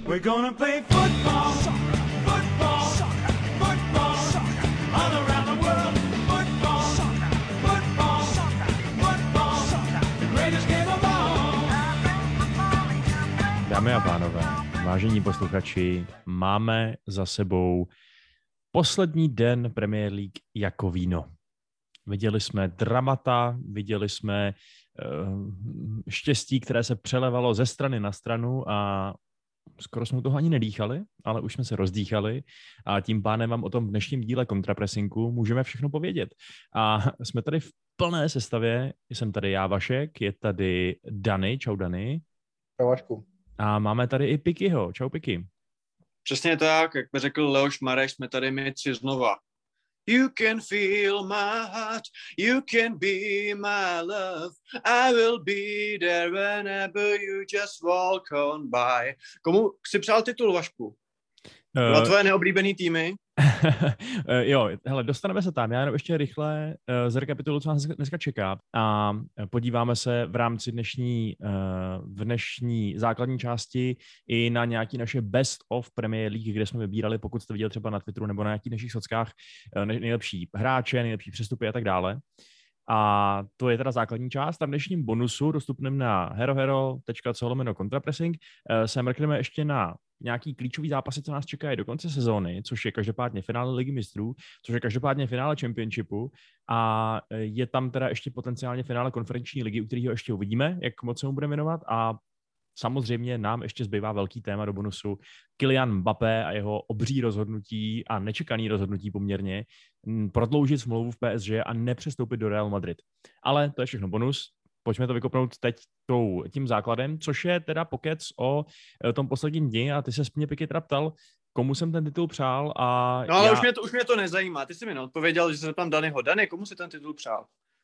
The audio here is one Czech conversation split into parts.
We're gonna play football, football, football, all around the world. Football, football, football, the greatest game of all. Dámy a pánové, vážení posluchači, máme za sebou poslední den Premier League jako víno. Viděli jsme dramata, viděli jsme štěstí, které se přelevalo ze strany na stranu a skoro jsme u toho ani nedýchali, ale už jsme se rozdýchali a tím pádem vám o tom v dnešním díle kontrapresinku můžeme všechno povědět. A jsme tady v plné sestavě, jsem tady já, Vašek, je tady Dany, čau Dany. Čau Vašku. A máme tady i Pikyho, čau Piky. Přesně tak, jak by řekl Leoš Mareš, jsme tady my tři znova. You can feel my heart, you can be my love, I will be there whenever you just walk on by. Komu si přál titul, Vašku? Byla tvoje neoblíbený týmy? Jo, hele, dostaneme se tam. Já jenom ještě rychle zrekapituluji, co nás dneska čeká a podíváme se v rámci dnešní základní části i na nějaké naše best of Premier League, kde jsme vybírali, pokud jste viděli třeba na Twitteru nebo na nějakých našich sockách, nejlepší hráče, nejlepší přestupy a tak dále. A to je teda základní část. A v dnešním bonusu, dostupným na herohero.co/kontrapressing, se mrkneme ještě na nějaký klíčový zápasy, co nás čekají do konce sezóny, což je každopádně finále Ligy mistrů, což je každopádně finále Championshipu a je tam teda ještě potenciálně finále konferenční ligy, u kterého ještě uvidíme, jak moc se mu budeme věnovat a samozřejmě nám ještě zbývá velký téma do bonusu Kylian Mbappé a jeho obří rozhodnutí a nečekaný rozhodnutí poměrně prodloužit smlouvu v PSG a nepřestoupit do Real Madrid. Ale to je všechno bonus. Pojďme to vykopnout teď tím základem, což je teda pokec o tom posledním dni a ty se mě Piky teda ptal, komu jsem ten titul přál a no ale už mě to nezajímá. Ty jsi mi neodpověděl, že se zeptám Danyho. Dany, komu si ten titul přál?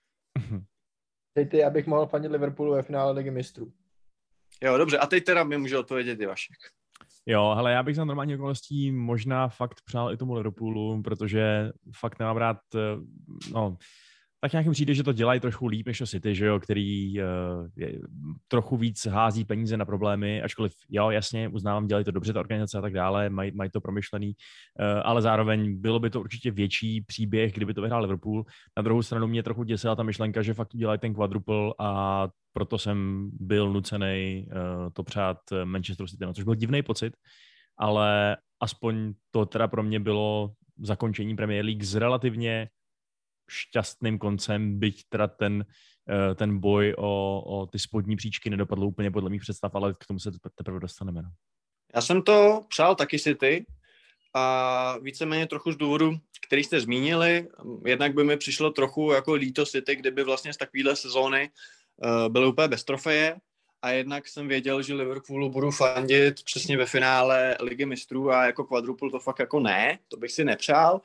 Teď abych mohl fandit Liverpoolu ve finále Ligy mistrů. Jo, dobře. A teď teda mi může odpovědět i Vašek. Jo, hele, já bych za normální okolností možná fakt přál i tomu Liverpoolu, protože fakt nemám rád, no, tak nějak mi přijde, že to dělají trochu líp než to City, že jo, který trochu víc hází peníze na problémy, ačkoliv, jo, jasně, uznávám, dělají to dobře, ta organizace a tak dále, mají to promyšlený, ale zároveň bylo by to určitě větší příběh, kdyby to vyhrál Liverpool. Na druhou stranu mě trochu děsila ta myšlenka, že fakt udělají ten quadruple a proto jsem byl nucený to přát Manchesteru City, no, což byl divný pocit, ale aspoň to teda pro mě bylo zakončení Premier League s relativně šťastným koncem, byť teda ten boj o ty spodní příčky nedopadl úplně podle mých představ, ale k tomu se teprve dostaneme. No. Já jsem to přál taky City a víceméně trochu z důvodu, který jste zmínili. Jednak by mi přišlo trochu jako líto City, kdyby vlastně z takovéhle sezóny byly úplně bez trofeje a jednak jsem věděl, že Liverpoolu budu fandit přesně ve finále Ligy mistrů a jako quadruple to fakt jako ne, to bych si nepřál.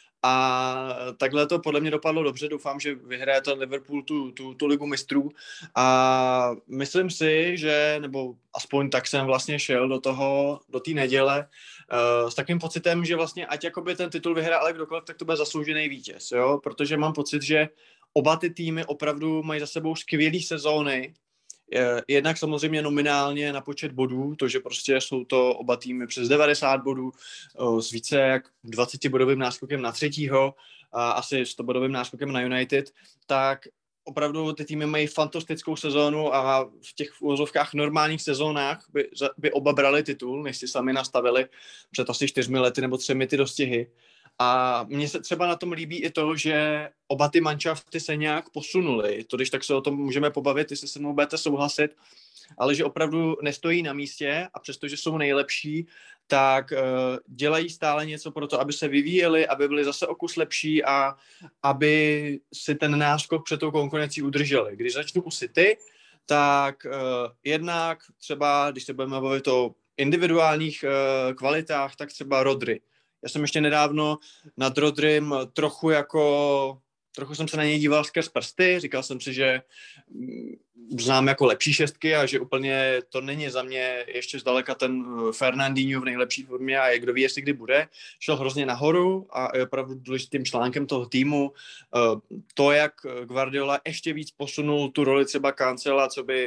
A takhle to podle mě dopadlo dobře, doufám, že vyhraje ten Liverpool tu ligu mistrů a myslím si, že, nebo aspoň tak jsem vlastně šel do té neděle s takovým pocitem, že vlastně ať jakoby ten titul vyhraje ale kdokoliv, tak to bude zasloužený vítěz, jo, protože mám pocit, že oba ty týmy opravdu mají za sebou skvělý sezóny, jednak samozřejmě nominálně na počet bodů, to, že prostě jsou to oba týmy přes 90 bodů s více jak 20-bodovým náskokem na třetího a asi 100-bodovým náskokem na United, tak opravdu ty týmy mají fantastickou sezónu a v těch uvozovkách normálních sezónách by oba brali titul, než si sami nastavili před asi 4 lety nebo 3 ty dostihy. A mně se třeba na tom líbí i to, že oba ty manšafty se nějak posunuly. To když tak se o tom můžeme pobavit, jestli se mnou budete souhlasit, ale že opravdu nestojí na místě a přestože jsou nejlepší, tak dělají stále něco pro to, aby se vyvíjeli, aby byli zase o kus lepší a aby si ten náskok před tou konkurencí udrželi. Když začnu u City, tak jednak třeba, když se budeme bavit o individuálních kvalitách, tak třeba Rodri. Já jsem ještě nedávno nad Rodrym trochu jsem se na něj díval skrz prsty, říkal jsem si, že znám jako lepší šestky a že úplně to není za mě ještě zdaleka ten Fernandinho v nejlepší formě a kdo ví, jestli kdy bude. Šel hrozně nahoru a je opravdu důležitým článkem toho týmu. To, jak Guardiola ještě víc posunul tu roli třeba Cancela, co by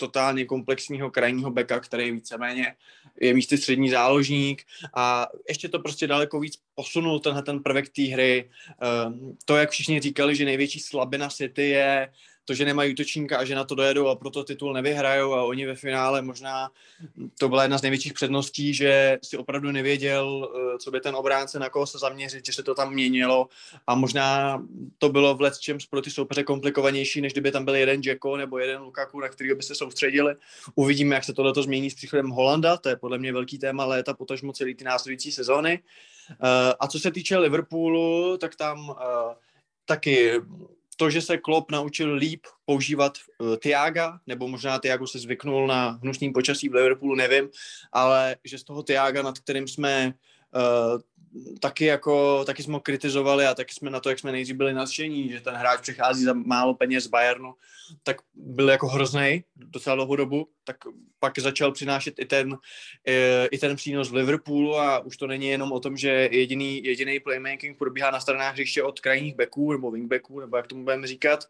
totálně komplexního krajního beka, který víceméně je místy střední záložník a ještě to prostě daleko víc posunul ten prvek té hry. To, jak všichni říkali, že největší slabina City je to, že nemají útočníka a že na to dojedou a proto titul nevyhrajou a oni ve finále možná to byla jedna z největších předností, že si opravdu nevěděl, co by ten obránce, na koho se zaměřit, že se to tam měnilo a možná to bylo v lecčems pro ty soupeře komplikovanější, než kdyby tam byl jeden Dzeko nebo jeden Lukaku, na kterého by se soustředili. Uvidíme, jak se tohleto změní s příchodem Holanda, to je podle mě velký téma léta, potažmo celý ty následující sezóny. A co se týče Liverpoolu, tak tam taky to, že se Klopp naučil líp používat Thiaga, nebo možná Thiago se zvyknul na hnusný počasí v Liverpoolu, nevím, ale že z toho Thiaga, nad kterým jsme taky jsme ho kritizovali a taky jsme na to, jak jsme nejdřív byli nadšení, že ten hráč přichází za málo peněz z Bayernu, tak byl jako hroznej docela dlouhou dobu, tak pak začal přinášet i ten přínos v Liverpoolu a už to není jenom o tom, že jediný playmaking probíhá na stranách hřiště od krajních backů nebo wingbacků, nebo jak tomu budeme říkat.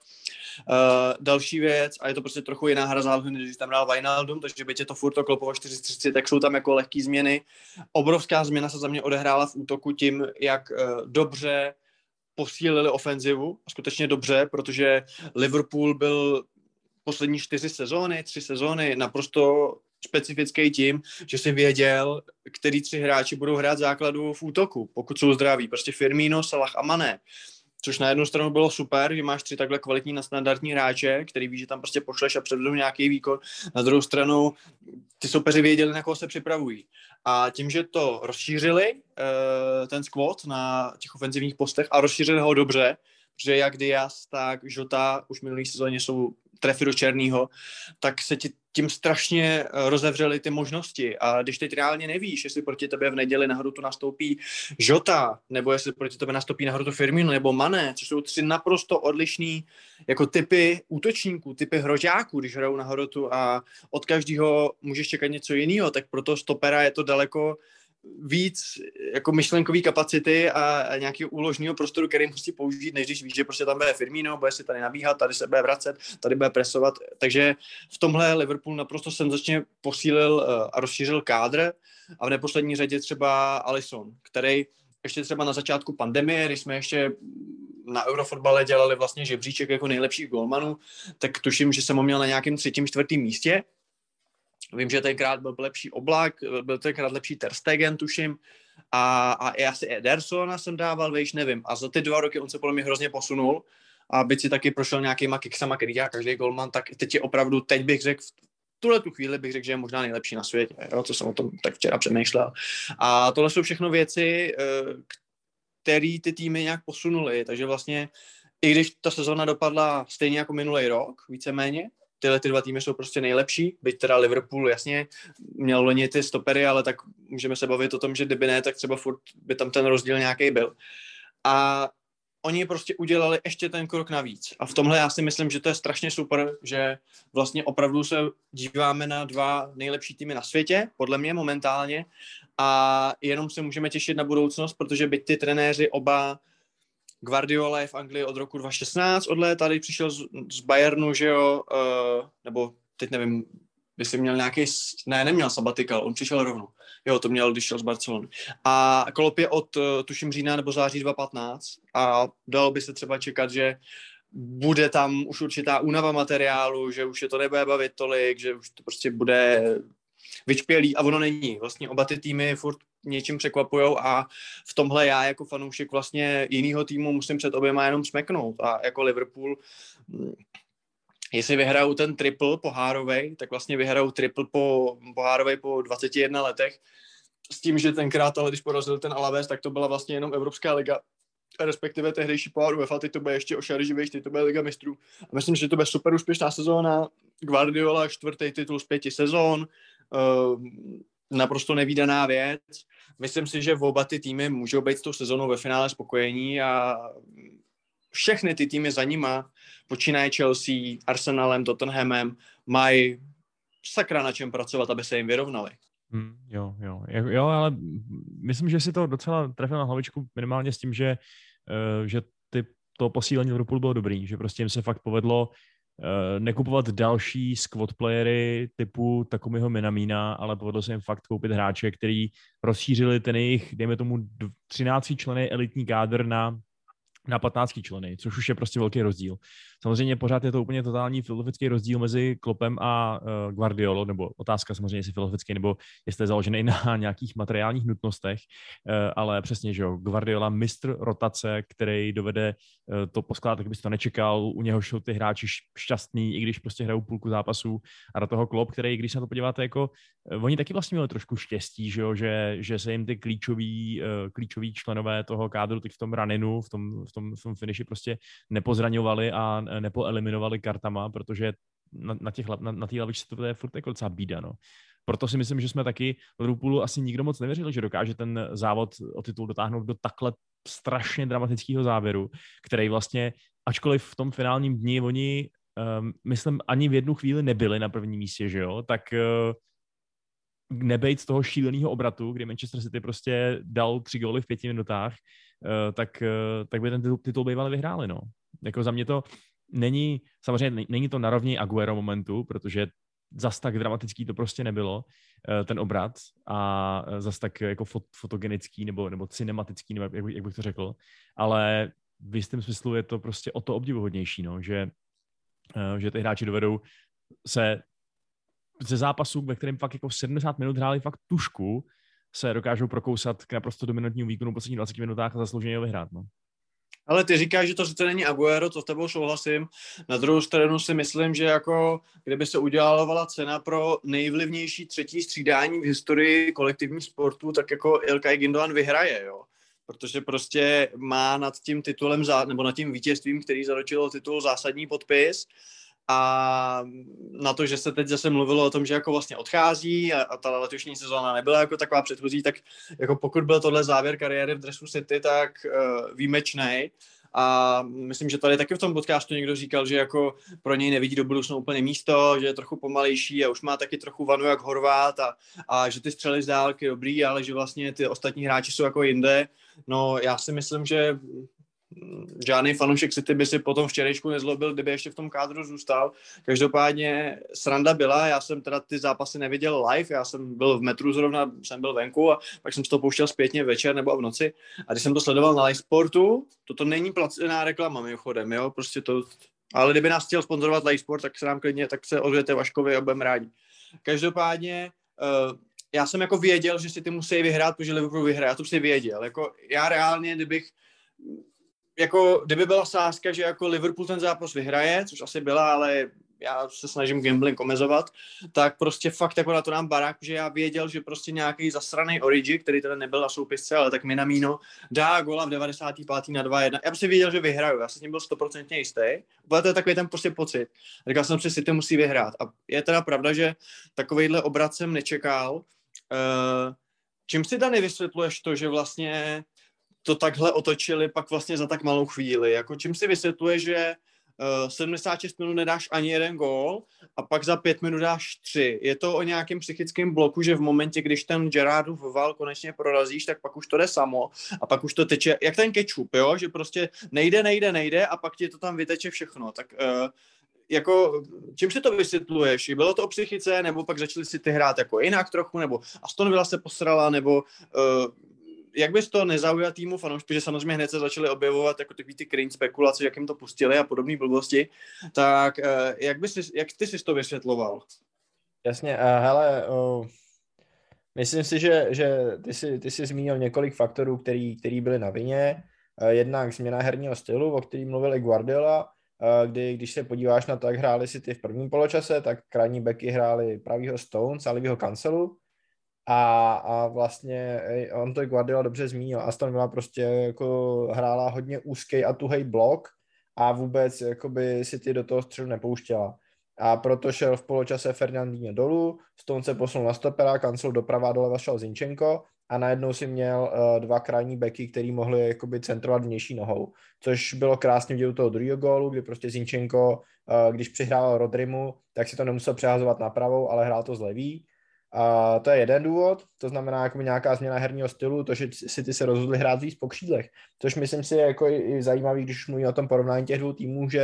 Další věc, a je to prostě trochu jiná hra zálohy, než tam dál Wijnaldum, takže byť je to furt to Kloppovo 4-3, tak jsou tam jako lehký změny. Obrovská změna se za mě odehrála v útoku tím, jak dobře posílili ofenzivu, skutečně dobře, protože Liverpool byl poslední 3 sezóny naprosto specifický tím, že si věděl, který 3 hráči budou hrát základu v útoku, pokud jsou zdraví. Prostě Firmino, Salah a Mané. Což na jednu stranu bylo super, že máš 3 takhle kvalitní nadstandardní hráče, který víš, že tam prostě pošleš a předvedou nějaký výkon. Na druhou stranu ty soupeři věděli, na koho se připravují. A tím, že to rozšířili, ten squad na těch ofenzivních postech a rozšířili ho dobře, protože jak Diaz, tak Jota už v minulý sezóně jsou trefy do černýho, tak se ti tím strašně rozevřely ty možnosti. A když teď reálně nevíš, jestli proti tebe v neděli na hrotu nastoupí Jota, nebo jestli proti tebe nastoupí na hrotu Firmino nebo Mané, což jsou 3 naprosto odlišný jako typy útočníků, typy hroťáků, když hrajou na hrotu a od každého můžeš čekat něco jiného, tak pro toho stopera je to daleko víc jako myšlenkový kapacity a nějakého úložního prostoru, který musí použít, než když víš, že prostě tam bude Firmino, bude si tady nabíhat, tady se bude vracet, tady bude presovat. Takže v tomhle Liverpool naprosto senzačně posílil a rozšířil kádr a v neposlední řadě třeba Alisson, který ještě třeba na začátku pandemie, když jsme ještě na Eurofotbale dělali vlastně žebříček jako nejlepších golmanů, tak tuším, že jsem ho měl na nějakém 3., 4. místě. Vím, že tenkrát byl lepší Oblak, byl tenkrát lepší Ter Stegen, tuším, a i asi Edersona jsem dával, víš, nevím. A za ty 2 roky on se podle mě hrozně posunul a byť si taky prošel nějakýma kiksama, který dělá každý golman, tak teď je opravdu, teď bych řekl, v tuhletu chvíli bych řekl, že je možná nejlepší na světě, jo, co jsem o tom tak včera přemýšlel. A tohle jsou všechno věci, které ty týmy nějak posunuly, takže vlastně, i když ta sezona dopadla stejně jako minulý rok, víceméně, tyhle ty 2 týmy jsou prostě nejlepší, byť teda Liverpool jasně měl loni ty stopery, ale tak můžeme se bavit o tom, že kdyby ne, tak třeba furt by tam ten rozdíl nějaký byl. A oni prostě udělali ještě ten krok navíc. A v tomhle já si myslím, že to je strašně super, že vlastně opravdu se díváme na 2 nejlepší týmy na světě, podle mě momentálně, a jenom se můžeme těšit na budoucnost, protože byť ty trenéři oba, Guardiola je v Anglii od roku 2016 od léta, když přišel z Bayernu, že jo, nebo teď nevím, jestli měl nějaký, neměl sabatikal, on přišel rovnou. Jo, to měl, když šel z Barcelony. A Klopp je od, tuším, října nebo září 2015 a dalo by se třeba čekat, že bude tam už určitá únava materiálu, že už je to nebude bavit tolik, že už to prostě bude vyčpělý a ono není. Vlastně oba ty týmy furt něčím překvapujou a v tomhle já jako fanoušek vlastně jinýho týmu musím před oběma jenom smeknout a jako Liverpool, jestli vyhrajou ten triple pohárovej, tak vlastně vyhrajou triple pohárovej po 21 letech s tím, že tenkrát, ale když porazil ten Alaves, tak to byla vlastně jenom Evropská liga, respektive tehdejší pohár UEFA, teď to bude ještě o šary živější, teď to bude Liga mistrů. A myslím, že to bude super úspěšná sezóna, Guardiola 4. titul z 5 sezón, naprosto nevídaná věc. Myslím si, že oba ty týmy můžou být s tou sezónou ve finále spokojení a všechny ty týmy za nima, počínaje Chelsea, Arsenalem, Tottenhamem, mají sakra na čem pracovat, aby se jim vyrovnali. Jo, ale myslím, že si to docela trefil na hlavičku minimálně s tím, že to posílení Liverpoolu bylo dobrý, že prostě jim se fakt povedlo nekupovat další squad playery typu Takumiho Minamina, ale povedlo se jim fakt koupit hráče, který rozšířili ten jejich, dejme tomu, 13 členy elitní kádr na 15 členy, což už je prostě velký rozdíl. Samozřejmě pořád je to úplně totální filozofický rozdíl mezi Kloppem a Guardiolou, nebo otázka samozřejmě, jestli filozofický, nebo jestli je založený na nějakých materiálních nutnostech, ale přesně, že jo, Guardiola mistr rotace, který dovede to poskládat, tak bys to nečekal, u něho jsou ty hráči šťastní, i když prostě hrajou půlku zápasů, a do toho Klopp, který, když se na to podíváte, jako oni taky vlastně měli trošku štěstí, že jo, že se jim ty klíčoví členové toho kádru teď v tom runinu, v tom finiši prostě nepozraňovali a nepoeliminovali kartama, protože na té lavičce to je furt jako docela bída, no. Proto si myslím, že jsme taky v Liverpoolu asi nikdo moc nevěřil, že dokáže ten závod o titul dotáhnout do takhle strašně dramatického závěru, který vlastně, ačkoliv v tom finálním dni oni, myslím, ani v jednu chvíli nebyli na prvním místě, že jo, tak nebejt z toho šíleného obratu, kdy Manchester City prostě dal 3 góly v 5 minutách, tak by ten titul bývali vyhráli, no. Jako za mě to samozřejmě není to narovně Aguero momentu, protože zas tak dramatický to prostě nebylo, ten obrat, a zas tak jako fotogenický nebo cinematický, nebo jak bych to řekl, ale v jistém smyslu je to prostě o to obdivuhodnější, no, že ty hráči dovedou se ze zápasu, ve kterém fakt jako 70 minut hráli fakt tušku, se dokážou prokousat k naprosto dominantnímu výkonu v posledních 20 minutách a zaslouženě ho vyhrát, no. Ale ty říkáš, že to sice není Aguero, to s tebou souhlasím. Na druhou stranu si myslím, že jako kdyby se udělala cena pro nejvlivnější třetí střídání v historii kolektivních sportů, tak jako Ilkay Gündoğan vyhraje, jo. Protože prostě má nad tím titulem, nebo nad tím vítězstvím, který zaručil titul, zásadní podpis. A na to, že se teď zase mluvilo o tom, že jako vlastně odchází a ta letošní sezóna nebyla jako taková předchozí, tak jako pokud byl tohle závěr kariéry v dresu City, tak výjimečnej. A myslím, že tady taky v tom podcastu někdo říkal, že jako pro něj nevidí do budoucna úplně místo, že je trochu pomalejší a už má taky trochu vanu jak Horvát a že ty střely z dálky dobrý, ale že vlastně ty ostatní hráči jsou jako jinde. No já si myslím, že žádný fanoušek City by si potom včerejšku nezlobil, kdyby ještě v tom kádru zůstal. Každopádně sranda byla, já jsem teda ty zápasy neviděl live, já jsem byl v metru zrovna, jsem byl venku a pak jsem si to pouštěl zpětně večer nebo v noci a když jsem to sledoval na Live Sportu, toto není placená reklama mimochodem, jo, prostě to, ale kdyby nás chtěl sponzorovat Live Sport, tak se nám klidně, tak se ozvěte Vaškovi a budeme rádi. Každopádně já jsem jako věděl, že si ty musí vyhrát, protože Liverpool vyhraje, já to si věděl, jako já reálně, kdyby byla sázka, že jako Liverpool ten zápas vyhraje, což asi byla, ale já se snažím gambling omezovat, tak prostě fakt jako na to nám barák, že já věděl, že prostě nějaký zasraný Origi, který teda nebyl na soupisce, ale tak Minamino dá gola v 95. na 2-1. Já prostě věděl, že vyhraju, já jsem s ním byl 100% jistý. Bylo to takový ten prostě pocit. Říkal jsem si, City musí vyhrát. A je teda pravda, že takovejhle obrat jsem nečekal. Čím si, Dani, vysvětluješ to, že vlastně to takhle otočili pak vlastně za tak malou chvíli? Jako čím si vysvětluje, že 76 minut nedáš ani jeden gól a pak za 5 minut dáš 3. Je to o nějakém psychickém bloku, že v momentě, když ten Gerrardův val konečně prorazíš, tak pak už to jde samo a pak už to teče, jak ten kečup, jo? Že prostě nejde a pak ti to tam vyteče všechno. Tak jako, čím si to vysvětluješ? Bylo to o psychice, nebo pak začali si ty hrát jako jinak trochu, nebo Aston Villa se posrala, nebo jak bys to nezaujal týmu fanoušků, protože samozřejmě hned se začaly objevovat jako takový ty cringe spekulace, jak jim to pustili a podobné blbosti, tak jak ty jsi to vysvětloval? Jasně, hele, myslím si, že ty jsi zmínil několik faktorů, který byly na vině. Jednak změna herního stylu, o kterým mluvil i Guardiola, když se podíváš na to, jak hráli si ty v prvním poločase, tak krajní beky hráli pravýho Stones a levýho Cancelu. A vlastně on to Guardiola dobře zmínil. Aston Villa prostě jako hrála hodně úzký a tuhej blok a vůbec jakoby si ty do toho středu nepouštěla. A proto šel v poločase Fernandinho dolů, Stone se posunul na stopera, Cancel doprava a doleva šel Zinchenko a najednou si měl dva krajní beky, který mohli jakoby centrovat vnější nohou. Což bylo krásně vidět u toho druhého gólu, kdy prostě Zinchenko, když přihrával Rodrimu, tak si to nemusel přehazovat na pravou, ale hrál to z levý. A to je jeden důvod, to znamená jako nějaká změna herního stylu, to, že si ty se rozhodli hrát víc po křídlech, což myslím si je jako i zajímavý, když mluví o tom porovnání těch dvou týmů, že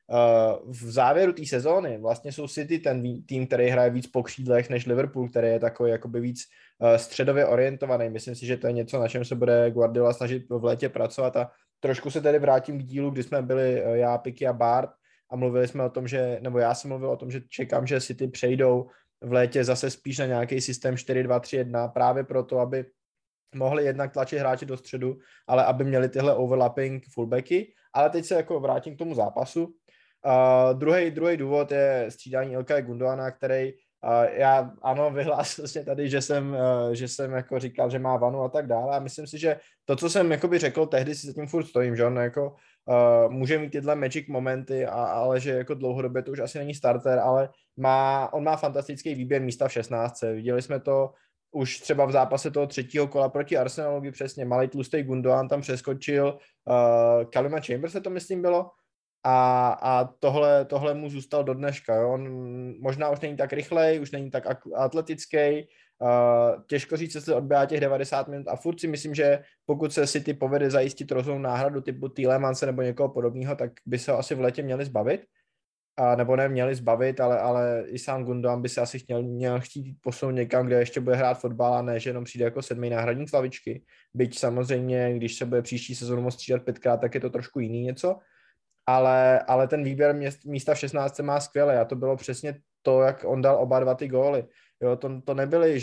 v závěru té sezóny vlastně jsou City ten tým, který hraje víc po křídlech než Liverpool, který je takový jakoby víc středově orientovaný. Myslím si, že to je něco, na čem se bude Guardiola snažit v létě pracovat a trošku se tedy vrátím k dílu, kdy jsme byli já, Piky a Bart a mluvili jsme o tom, že, nebo já jsem mluvil o tom, že čekám, že City přejdou v létě zase spíš na nějaký systém 4-2-3-1 právě proto, aby mohli jednak tlačit hráči do středu, ale aby měli tyhle overlapping fullbacky. Ale teď se jako vrátím k tomu zápasu. Druhý důvod je střídání Ilkaya Gundoana, který já ano, vyhlásil vlastně tady, že jsem jako říkal, že má vanu a tak dále a myslím si, že to, co jsem jakoby řekl, tehdy si za tím furt stojím, že on jako může mít tyhle magic momenty, ale že jako dlouhodobě to už asi není starter, ale on má fantastický výběr místa v 16. Viděli jsme to už třeba v zápase toho 3. kola proti Arsenalu, kdy přesně malej tlustý Gundogan tam přeskočil, Calluma Chambers se to myslím bylo, a tohle mu zůstal do dneška. Jo? On možná už není tak rychlej, už není tak atletický, těžko říct, jestli odběhá těch 90 minut a furt si myslím, že pokud se City povede zajistit rozumnou náhradu typu Tielemance nebo někoho podobného, tak by se ho asi v létě měli zbavit. Nebo neměli zbavit, ale i sám Gundogan by se asi měl chtít posunout někam, kde ještě bude hrát fotbal a ne, že jenom přijde jako 7. náhradník z lavičky. Byť samozřejmě, když se bude příští sezónu moct střídat 5krát, tak je to trošku jiný něco. Ale ten výběr místa v 16 má skvěle a to bylo přesně to, jak on dal oba dva ty góly. Jo, to nebyly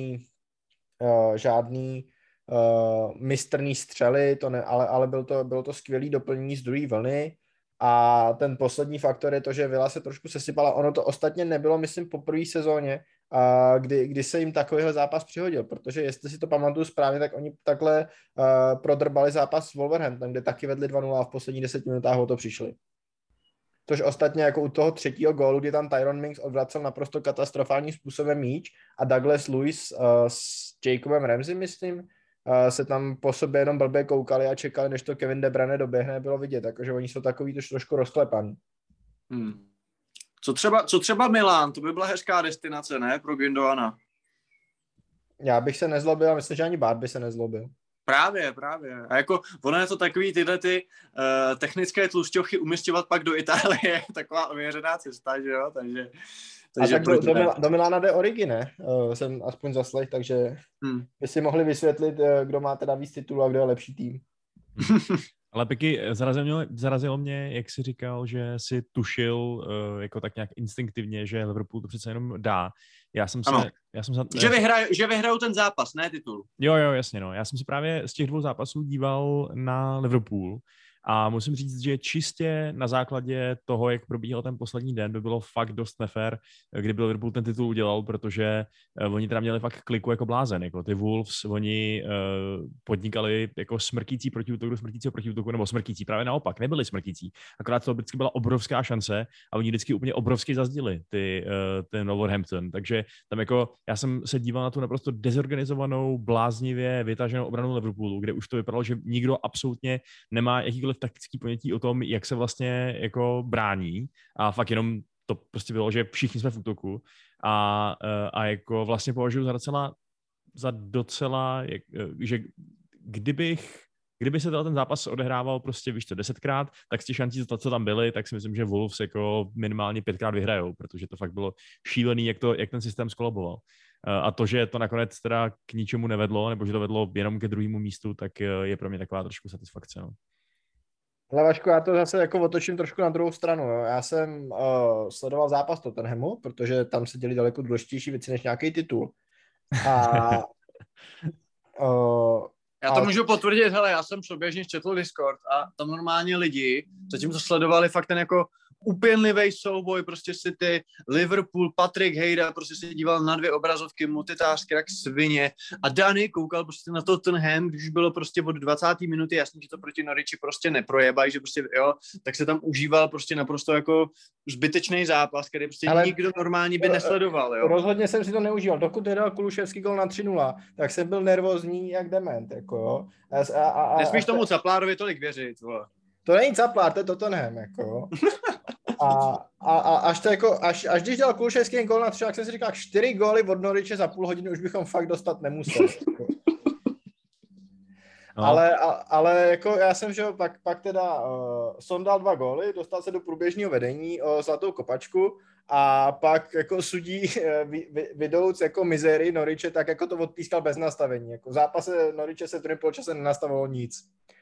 žádný mistrný střely, ale bylo to skvělý doplnění z druhé vlny. A ten poslední faktor je to, že Villa se trošku sesypala. Ono to ostatně nebylo, myslím, po první sezóně, kdy se jim takovýhle zápas přihodil, protože jestli si to pamatuju správně, tak oni takhle prodrbali zápas s Wolverhamptonem, kde taky vedli 2-0 a v posledních 10 minutách o to přišli. Což ostatně jako u toho 3. gólu, kdy tam Tyrone Mings odvracel naprosto katastrofálním způsobem míč a Douglas Luiz s Jacobem Ramsey, myslím, se tam po sobě jenom blbě koukali a čekali, než to Kevin De Bruyne doběhne, bylo vidět, takže oni jsou takový trošku rozklepaný. Co třeba Milán, to by byla hezká destinace, ne, pro Gundoana? Já bych se nezlobil a myslím, že ani Bart by se nezlobil. Právě. A jako ono je to takový tyhle technické tlusťochy umisťovat pak do Itálie, taková ověřená cesta, že jo, takže a tak do Milána jde Origi, ne? Jsem aspoň zaslech, takže by si mohli vysvětlit, kdo má teda víc titulů a kdo je lepší tým. Ale Piky, zarazilo mě, jak jsi říkal, že si tušil jako tak nějak instinktivně, že Liverpool to přece jenom dá. Že vyhrajou ten zápas, ne titul. Jo, jasně, no. Já jsem si právě z těch 2 zápasů díval na Liverpool a musím říct, že čistě na základě toho, jak probíhal ten poslední den, by bylo fakt dost nefér, kdyby Liverpool ten titul udělal, protože oni teda měli fakt kliku jako blázen, jako ty Wolves, oni podnikali jako smrtící protiútoku, nebo smrtící, právě naopak, nebyli smrtící, akorát to vždycky byla obrovská šance a oni vždycky úplně obrovsky zazdili ten Wolverhampton, takže tam jako, já jsem se díval na tu naprosto dezorganizovanou, bláznivě vytaženou obranu Liverpoolu, kde už to vypadalo, že nikdo absolutně nemá jakýkoliv taktický ponětí o tom, jak se vlastně jako brání a fakt jenom to prostě bylo, že všichni jsme v útoku a jako vlastně považuji za docela, že kdyby se ten zápas odehrával prostě, víš co, 10krát, tak z těch šancí, co tam byly, tak si myslím, že Wolves jako minimálně 5krát vyhrajou, protože to fakt bylo šílený, jak ten systém skolaboval. A to, že to nakonec teda k ničemu nevedlo, nebo že to vedlo jenom ke druhému místu, tak je pro mě taková trošku satisfakce. No. Ale Vašku, já to zase jako otočím trošku na druhou stranu. Jo. Já jsem sledoval zápas Tottenhamu, protože tam se děli daleko důležitější věci než nějaký titul. Já to můžu potvrdit, hele, já jsem souběžně četl Discord a tam normálně lidi, zatímco sledovali fakt ten jako upěnlivý souboj, prostě City, Liverpool, Patrick Hejda, prostě se díval na 2 obrazovky, multitasking jak svině a Danny koukal prostě na Tottenham, když bylo prostě od 20. minuty, jasně, že to proti Norwichi prostě neprojebají, že prostě jo, tak se tam užíval prostě naprosto jako zbytečný zápas, který prostě nikdo normální by nesledoval, jo. Rozhodně jsem si to neužíval, dokud nedal Kulusevský gol na 3-0, tak jsem byl nervózní jak dement, jako jo. Nesmíš tomu Caplárovi tolik věřit, vole. To není Caplár, to je Tottenham, jako až když dal Kulusevský gól na 3, tak jsem si říkal, 4 góly od Norwiche za půl hodiny už bychom fakt dostat nemuseli. Jako. No. Ale jako já jsem, že jo, pak teda Son dal 2 góly, dostal se do průběžného vedení o zlatou kopačku a pak jako sudí vidouc jako mizérii Norwiche, tak jako to odpískal bez nastavení. Jako v zápase Norwiche se v druhém poločase nenastavilo nic.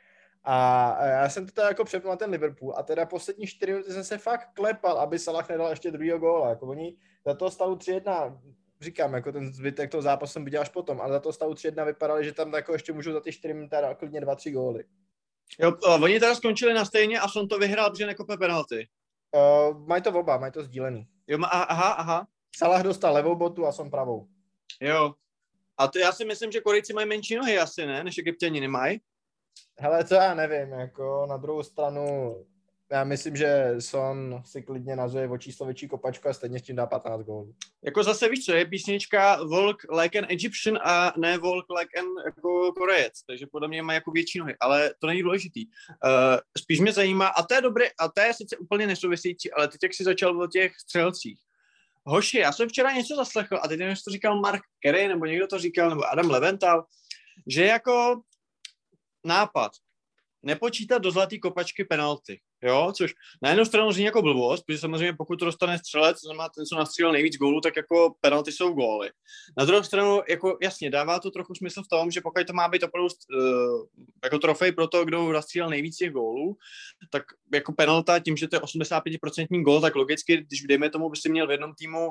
A já jsem to teda jako přepl na ten Liverpool a teda poslední 4 minuty jsem se fakt klepal, aby Salah nedal ještě druhýho góla. Jako oni za toho stavu 3-1, říkám, jako ten zbytek toho zápasu jsem viděl až potom, ale za toho stavu 3-1 vypadali, že tam jako ještě můžou za ty 4 minuty dát klidně 2-3 góly. Jo, oni teda skončili na stejně a Son to vyhrál, protože nekope penalty. Mají to oba, mají to sdílený. Jo, aha. Salah dostal levou botu a Son pravou. Jo. A to já si myslím, že Korejci mají menší nohy asi, ne? Než Egypťani nemají. Hele, to já nevím, jako na druhou stranu, já myslím, že Son si klidně nazuje o číslo větší kopačku a stejně s tím dá 15 gólů. Jako zase víš co, je písnička Walk like an Egyptian a ne Walk like an jako Korejec, takže podle mě má jako větší nohy, ale to není důležitý. Spíš mě zajímá, a to je dobré, a to je sice úplně nesouvisející, ale teď jak jsi začal o těch střelcích. Hoši, já jsem včera něco zaslechl a teď nevím, jestli to říkal Mark Carey, nebo někdo to říkal, nebo Adam Leventhal, že jako nápad nepočítat do zlatý kopačky penalty, jo, což na jednu stranu zní jako blbost, protože samozřejmě pokud to dostane střelec, znamená ten, co nastřílel nejvíc gólů, tak jako penalty jsou góly. Na druhou stranu, jako jasně, dává to trochu smysl v tom, že pokud to má být opravdu jako trofej pro to, kdo nastřílel nejvíc těch gólů, tak jako penalta tím, že to je 85% gól, tak logicky, když dejme tomu, by si měl v jednom týmu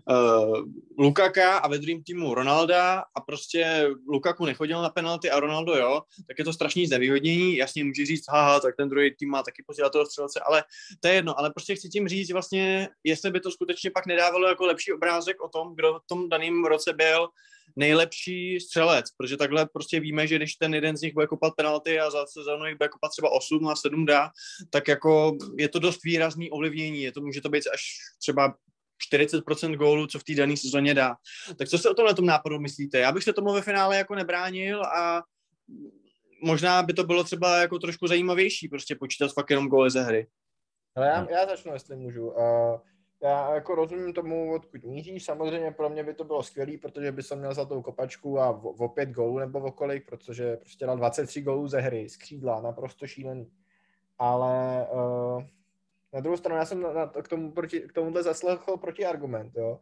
Lukaka a ve druhém týmu Ronalda a prostě Lukaku nechodil na penalty a Ronaldo jo, tak je to strašný znevýhodnění. Jasně může říct, haha, tak ten druhý tým má taky posílat toho střelce, ale to je jedno. Ale prostě chci tím říct vlastně, jestli by to skutečně pak nedávalo jako lepší obrázek o tom, kdo v tom daném roce byl nejlepší střelec, protože takhle prostě víme, že když ten jeden z nich bude kopat penalty a za sezónu jich bude kopat třeba 8 a 7 dá, tak jako je to dost výrazný ovlivnění. Může to být až třeba 40% gólů, co v té dané sezóně dá. Tak co si o tomhle nápadu myslíte? Já bych se tomu ve finále jako nebránil a možná by to bylo třeba jako trošku zajímavější, prostě počítat fakt jenom góly ze hry. Ale já začnu, jestli můžu. Já jako rozumím tomu, odkud míříš. Samozřejmě pro mě by to bylo skvělý, protože by jsem měl za tou kopačku a o 5 gólů nebo o kolik, protože prostě dal 23 gólů ze hry, z křídla, naprosto šílený. Ale na druhou stranu já jsem k tomuhle zaslechl protiargument. Jo.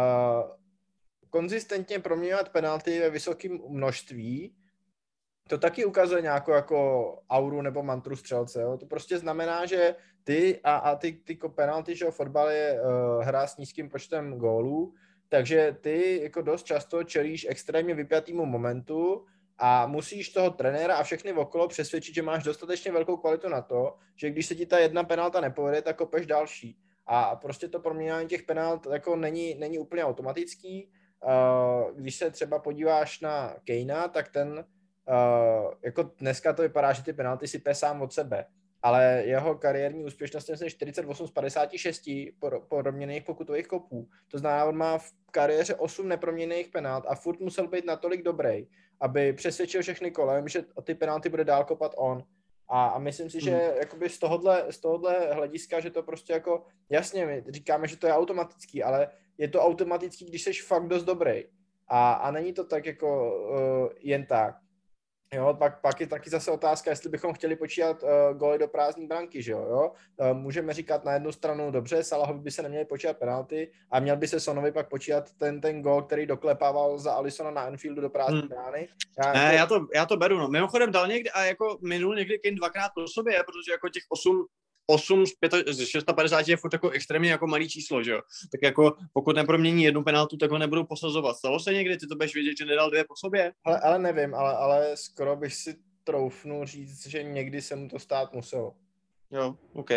Konzistentně proměňovat penalty ve vysokém množství, to taky ukazuje nějakou jako auru nebo mantru střelce. Jo. To prostě znamená, že ty penalty, že fotbal je hra s nízkým počtem gólů, takže ty jako dost často čelíš extrémně vypjatýmu momentu a musíš toho trenéra a všechny okolo přesvědčit, že máš dostatečně velkou kvalitu na to, že když se ti ta jedna penalta nepovede, tak kopeš další. A prostě to proměňování těch penalt jako není úplně automatický. Když se třeba podíváš na Kanea, tak ten jako dneska to vypadá, že ty penalty sype sám od sebe, ale jeho kariérní úspěšnost je 48 z 56 proměnných pokutových kopů. To znamená, on má v kariéře 8 neproměnných penalt a furt musel být natolik dobrý, aby přesvědčil všechny kolem, že ty penalty bude dál kopat on. A myslím si, že jakoby z tohohle hlediska, že to prostě jako, jasně, my říkáme, že to je automatický, ale je to automatický, když jsi fakt dost dobrý. A není to tak jako jen tak. Jo, pak je taky zase otázka, jestli bychom chtěli počítat góly do prázdné branky, že jo? Můžeme říkat na jednu stranu, dobře, Salahovi by se neměli počítat penalty a měl by se Sonovi pak počítat ten gól, který doklepával za Alisona na Anfieldu do prázdné brány. Já to beru, no. Mimochodem dal někdy a jako minul někdy Kane 2krát po sobě, protože jako těch 8 z 650 je furt jako extrémně jako malý číslo, že jo. Tak jako pokud nepromění jednu penaltu, tak ho nebudou posazovat. Stalo se někdy, ty to budeš vědět, že nedal 2 po sobě? Ale nevím, ale skoro bych si troufnul říct, že někdy se mu to stát muselo. Jo, OK.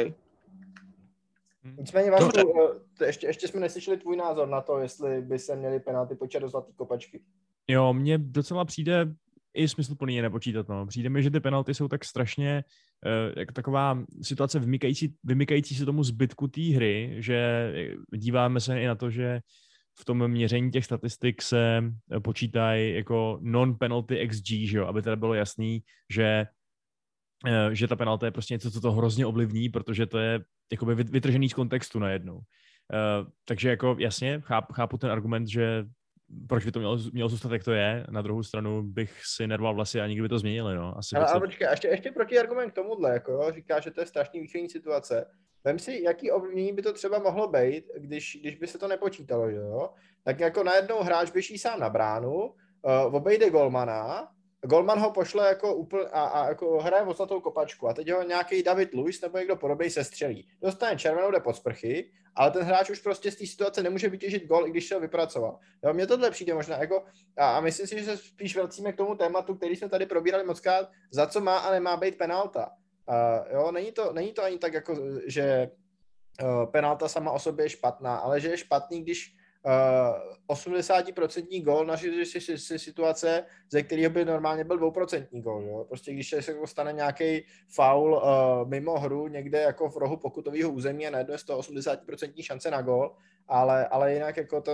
Nicméně, ještě jsme neslyšeli tvůj názor na to, jestli by se měly penalty počítat do zlatý kopačky. Jo, mně docela přijde i smysluplný je nepočítat. No. Přijde mi, že ty penalty jsou tak strašně jako taková situace vymykající se tomu zbytku té hry, že díváme se i na to, že v tom měření těch statistik se počítají jako non-penalty XG, že jo? Aby teda bylo jasný, že ta penalta je prostě něco, co to hrozně ovlivní, protože to je jakoby vytržený z kontextu najednou. Takže jako jasně, chápu ten argument, že proč by to mělo zůstat, jak to je. Na druhou stranu bych si nerval vlasy, ani kdyby to změnili, no. Asi Ale, bych ale se... počkej, ještě protiargument k tomuhle, jako jo, říká, že to je strašný výchozí situace. Vem si, jaký ovlivnění by to třeba mohlo být, když by se to nepočítalo, že jo? Tak jako najednou hráč běží sám na bránu, obejde golmana, golman ho pošle jako úplně a jako hraje o zlatou kopačku a teď ho nějaký David Luiz nebo někdo podobný sestřelí. Dostane červenou, jde pod sprchy, ale ten hráč už prostě z té situace nemůže vytěžit gol, i když se ho vypracoval. Jo, mně tohle přijde možná jako, a myslím si, že se spíš vracíme k tomu tématu, který jsme tady probírali mockrát, za co má a nemá být penalta. Jo, není to ani tak jako, že penalta sama o sobě je špatná, ale že je špatný, když 80% gól nařizuje si situace, ze kterého by normálně byl 2% gól. Jo? Prostě když se jako stane nějaký faul mimo hru někde jako v rohu pokutového území a najednou je z toho 80% šance na gól, ale jinak jako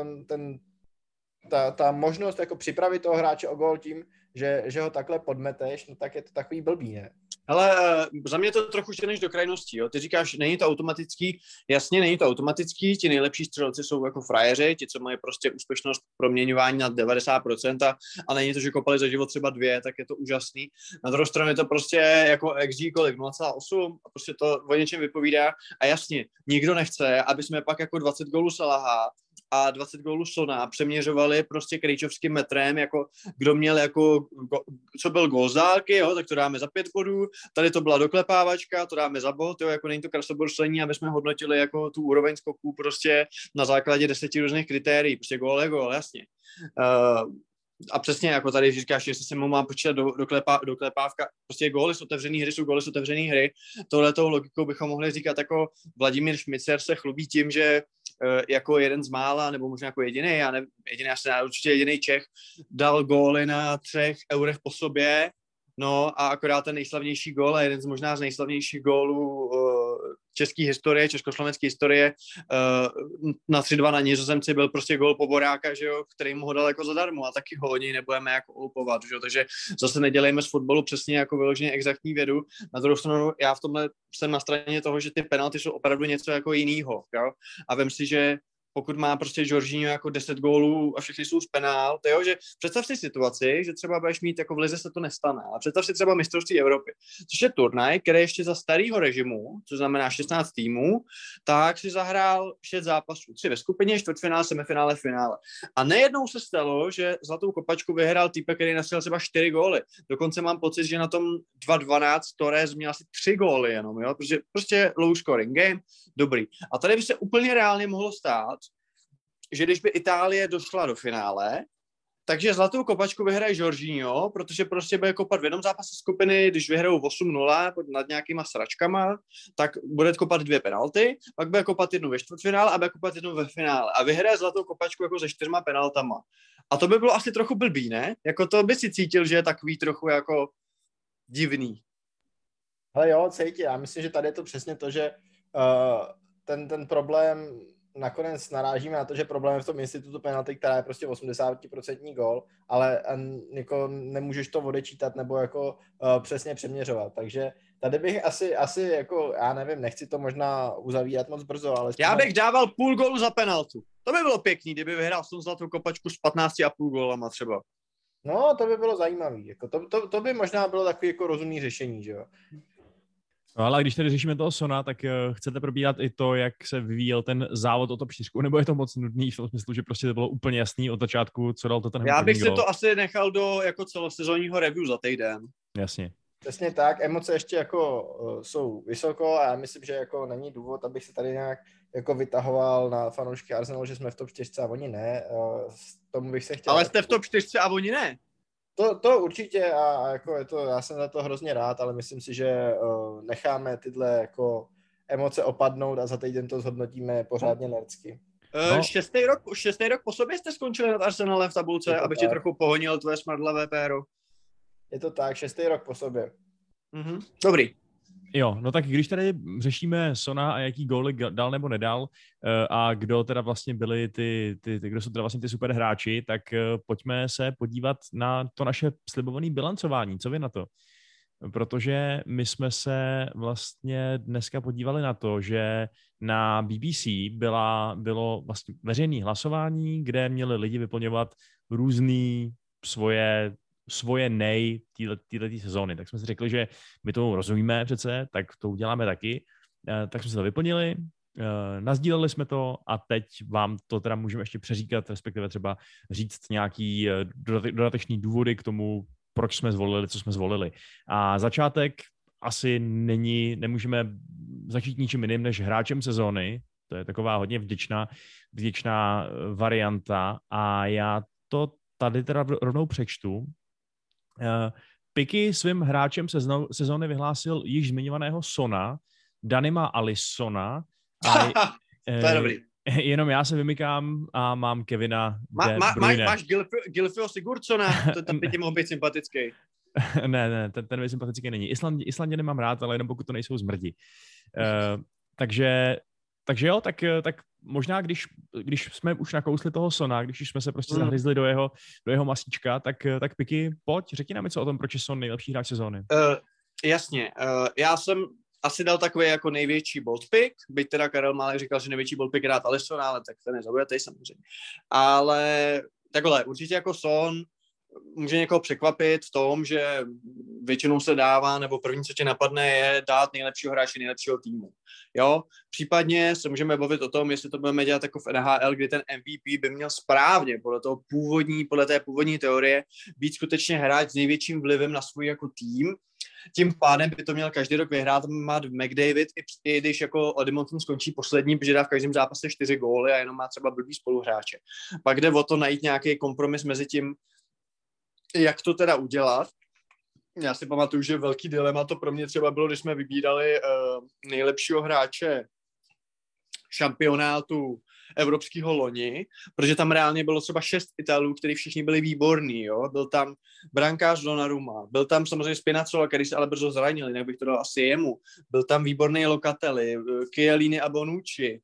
ta možnost jako připravit toho hráče o gól tím, že ho takhle podmeteš, no tak je to takový blbý, ne? Ale za mě to trochu ženeš do krajností, jo. Ty říkáš, není to automatický, jasně není to automatický, ti nejlepší střelci jsou jako frajeři, ti, co mají prostě úspěšnost proměňování na 90% a není to, že kopali za život třeba 2, tak je to úžasný. Na druhou stranu je to prostě jako XG kolik, 0,8 a prostě to o něčem vypovídá a jasně, nikdo nechce, aby jsme pak jako 20 gólů Salaha a 20 gólů Sona přeměřovali prostě krejčovským metrem, jako kdo měl jako, co byl gól z dálky, jo, tak to dáme za 5 bodů, tady to byla doklepávačka, to dáme za bod, jo, jako není to krasobruslení, aby jsme hodnotili jako tu úroveň skoků prostě na základě 10 různých kritérií, prostě gól je gól, jasně. A přesně jako tady říkáš, jestli se mu má počítat doklepávka, prostě góly z otevřený hry jsou góly z otevřený hry. Touhletou logikou bychom mohli říkat jako Vladimír Šmicer se chlubí tím, že jako jeden z mála, nebo možná jako jediný, já nevím, určitě jediný Čech, dal góly na 3 eurech po sobě, no a akorát ten nejslavnější gól a jeden z možná z nejslavnějších gólů české historie, československé historie na 3-2 na Nizozemci byl prostě gól Poboráka, že jo, který mu ho dal jako zadarmo a taky ho oni nebudeme jako olupovat, že jo, takže zase nedělejme z fotbalu přesně jako vyloženě exaktní vědu. Na druhou stranu já v tomhle jsem na straně toho, že ty penalty jsou opravdu něco jako jinýho, jo, a vem si, že pokud má prostě Jorginho jako 10 gólů a všechny jsou z penál, to jo, že představ si situaci, že třeba budeš mít, jako v lize se to nestane, ale představ si třeba mistrovství Evropy, což je turnaj, který ještě za starého režimu, co znamená 16 týmů, tak si zahrál 6 zápasů, 3 ve skupině, čtvrtfinále, semifinále, finále. A nejednou se stalo, že zlatou kopačku vyhrál týpek, který nastřelil třeba 4 góly. Dokonce mám pocit, že na tom 2-12 Torres měl asi 3 góly jenom, jo, protože prostě low scoring game, dobrý. A tady by se úplně reálně mohlo stát, že když by Itálie došla do finále, takže zlatou kopačku vyhraje Jorginho, protože prostě bude kopat v jednom zápase skupiny, když vyhrajou 8-0 nad nějakýma sračkama, tak bude kopat 2 penalty, pak bude kopat 1 ve čtvrtfinále a bude kopat 1 ve finále. A vyhraje zlatou kopačku jako se 4 penaltama. A to by bylo asi trochu blbý, ne? Jako to by si cítil, že je takový trochu jako divný. Ale jo, cítě. Já myslím, že tady je to přesně to, že ten problém nakonec narážíme na to, že problém je v tom institutu penalty, která je prostě 80% gól, ale jako nemůžeš to odečítat nebo jako přesně přeměřovat. Takže tady bych asi jako, já nevím, nechci to možná uzavírat moc brzo, ale... Já bych dával půl gólu za penaltu. To by bylo pěkný, kdyby vyhrál s zlatou kopačku s 15,5 gólama třeba. No, to by bylo zajímavý. Jako to by možná bylo takový jako rozumný řešení, že jo. No ale když tady řešíme toho Sona, tak chcete probírat i to, jak se vyvíjel ten závod o top 4, nebo je to moc nudný v tom smyslu, že prostě to bylo úplně jasný od začátku, co dal to ten. Já bych si to asi nechal do jako celosezónního review za týden. Jasně. Přesně tak, emoce ještě jako jsou vysoko a já myslím, že jako není důvod, abych se tady nějak jako vytahoval na fanoušky Arsenalu, že jsme v top 4 a oni ne. Tomu bych se chtěl... Ale jste v top 4 a oni ne. To určitě a jako je to, já jsem za to hrozně rád, ale myslím si, že necháme tyhle jako emoce opadnout a za týden to zhodnotíme pořádně nerdsky. No. Šestý rok po sobě jste skončili nad Arsenalem v tabulce, abych ti trochu pohonil tvoje smradlavé péro. Je to tak, 6. rok po sobě. Mhm. Dobrý. Jo, no tak když tady řešíme Sona a jaký góly dal nebo nedal a kdo teda vlastně byli kdo jsou teda vlastně ty super hráči, tak pojďme se podívat na to naše slibované bilancování. Co vy na to? protože my jsme se vlastně dneska podívali na to, že na BBC bylo vlastně veřejné hlasování, kde měli lidi vyplňovat různý svoje této sezóny. Tak jsme si řekli, že my tomu rozumíme přece, tak to uděláme taky. Tak jsme se to vyplnili, nasdíleli jsme to a teď vám to teda můžeme ještě přeříkat, respektive třeba říct nějaký dodatečný důvody k tomu, proč jsme zvolili, co jsme zvolili. A začátek asi nemůžeme začít ničím jiným než hráčem sezóny. To je taková hodně vděčná varianta a já to tady teda rovnou přečtu. Piky svým hráčem sezóny vyhlásil již zmiňovaného Sona, Danima Alisona. To je dobrý. Jenom já se vymykám a mám Kevina De Bruyne. Máš Gylfio Sigurdssona, ten by ti mohl být sympatický. Ne, ten mi sympatický není. Islandě nemám rád, ale jenom pokud to nejsou zmrdi. Takže jo, tak možná, když jsme už nakousli toho Sona, když už jsme se prostě zahryzli do jeho masíčka, tak Piky, pojď, řekni nám něco o tom, proč je Son nejlepší hráč sezóny. Jasně, já jsem asi dal takový jako největší bold pick, byť teda Karel Málek říkal, že největší bold pick rád Alisona, ale tak to nezaujatej samozřejmě. Ale takhle, určitě jako Son může někoho překvapit v tom, že většinou se dává, nebo první, co tě napadne, je dát nejlepšího hráče nejlepšího týmu. Jo? Případně se můžeme bavit o tom, jestli to budeme dělat jako v NHL, kdy ten MVP by měl správně, podle té původní teorie, být skutečně hráč s největším vlivem na svůj jako tým. Tím pádem by to měl každý rok vyhrát Matt McDavid, i když jako Edmonton skončí poslední, protože dá v každém zápase 4 góly a jenom má třeba blbý spoluhráče. Pak jde o to najít nějaký kompromis mezi tím, jak to teda udělat. Já si pamatuju, že velký dilema to pro mě třeba bylo, když jsme vybírali nejlepšího hráče šampionátu evropského loni, protože tam reálně bylo třeba 6 Italů, kteří všichni byli výborní, jo. Byl tam brankář Donnarumma, byl tam samozřejmě Spinazzola, který se ale brzo zranil, jinak bych to dal asi jemu. Byl tam výborný Locatelli, Chiellini a Bonucci,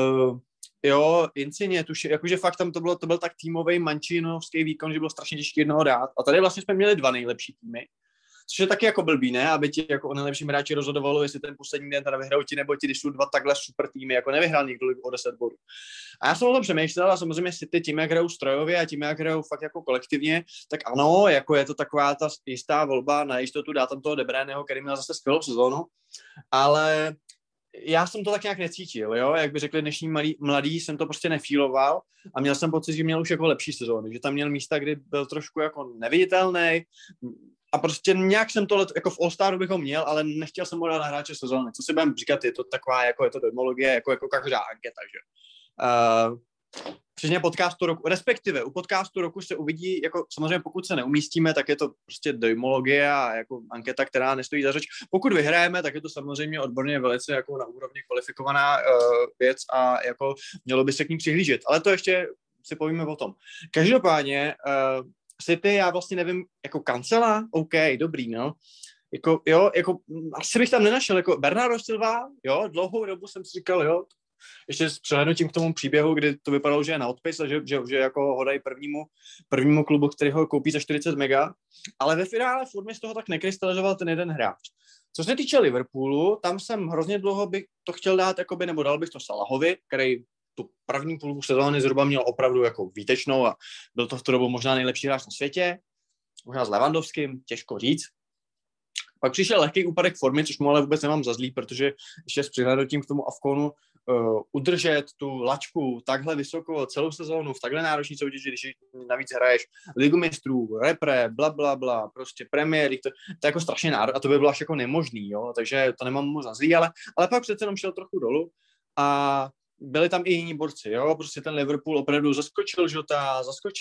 jo, Insigne, jakože fakt tam to byl tak týmový mančinovský výkon, že bylo strašně těžké jednoho dát. A tady vlastně jsme měli 2 nejlepší týmy, což je taky jako blbý, ne? Aby ti jako o nejlepším hráči rozhodovalo, jestli ten poslední den teda vyhrajou ti, nebo ti, když jsou 2 takhle super týmy, jako nevyhrál nikdo o 10 bodů. A já jsem o tom přemýšlel a samozřejmě si ty týmy, jak hrajou strojově a týmy, jak hrajou fakt jako kolektivně, tak ano, jako je to taková ta jistá volba na jistotu, dá tam toho De Bruyneho, který měl zase skvělou sezónu, ale já jsem to tak nějak necítil, jo, jak by řekli dnešní mladí, jsem to prostě nefíloval a měl jsem pocit, že měl už jako lepší sezóny, že tam měl místa, kdy byl trošku jako neviditelný a prostě nějak jsem to jako v All-Staru bych ho měl, ale nechtěl jsem ho dát na hráče sezóny. Co si budeme říkat, je to taková, jako je to demologie, jako každá anketa, že? Přesně podcastu roku, respektive u podcastu roku se uvidí, jako samozřejmě pokud se neumístíme, tak je to prostě dojmologie a jako anketa, která nestojí za řeč. Pokud vyhrajeme, tak je to samozřejmě odborně velice jako na úrovni kvalifikovaná věc a jako mělo by se k ní přihlížet. Ale to ještě si povíme o tom. Každopádně City, já vlastně nevím, jako Cancela, OK, dobrý, no. Jako, jo, jako asi bych tam nenašel, jako Bernardo Silva, jo, dlouhou dobu jsem si říkal, jo, ještě s přehlednutím k tomu příběhu, kdy to vypadalo, že je na odpis a že jako ho dají prvnímu klubu, který ho koupí za 40 mega, ale ve finále furt mi z toho tak nekrystalizoval ten jeden hráč. Co se týče Liverpoolu, tam jsem hrozně dlouho bych to chtěl dát, jakoby, nebo dal bych to Salahovi, který tu první půlku sezóny zhruba měl opravdu jako výtečnou a byl to v tu dobu možná nejlepší hráč na světě, možná s Lewandowským, těžko říct. Pak přišel lehký úpadek formy, což mu ale vůbec nemám za zlý, protože ještě s přihlédnutím k tomu Afkonu udržet tu laťku takhle vysoko celou sezónu v takhle náročný soutěži, když navíc hraješ Ligu mistrů, repre, bla, prostě Premier League, to je jako strašně náročný a to by bylo až jako nemožný, jo, takže to nemám moc za zlý, ale pak přece jenom šel trochu dolů a byli tam i jiní borci, jo, prostě ten Liverpool opravdu zaskočil Jota,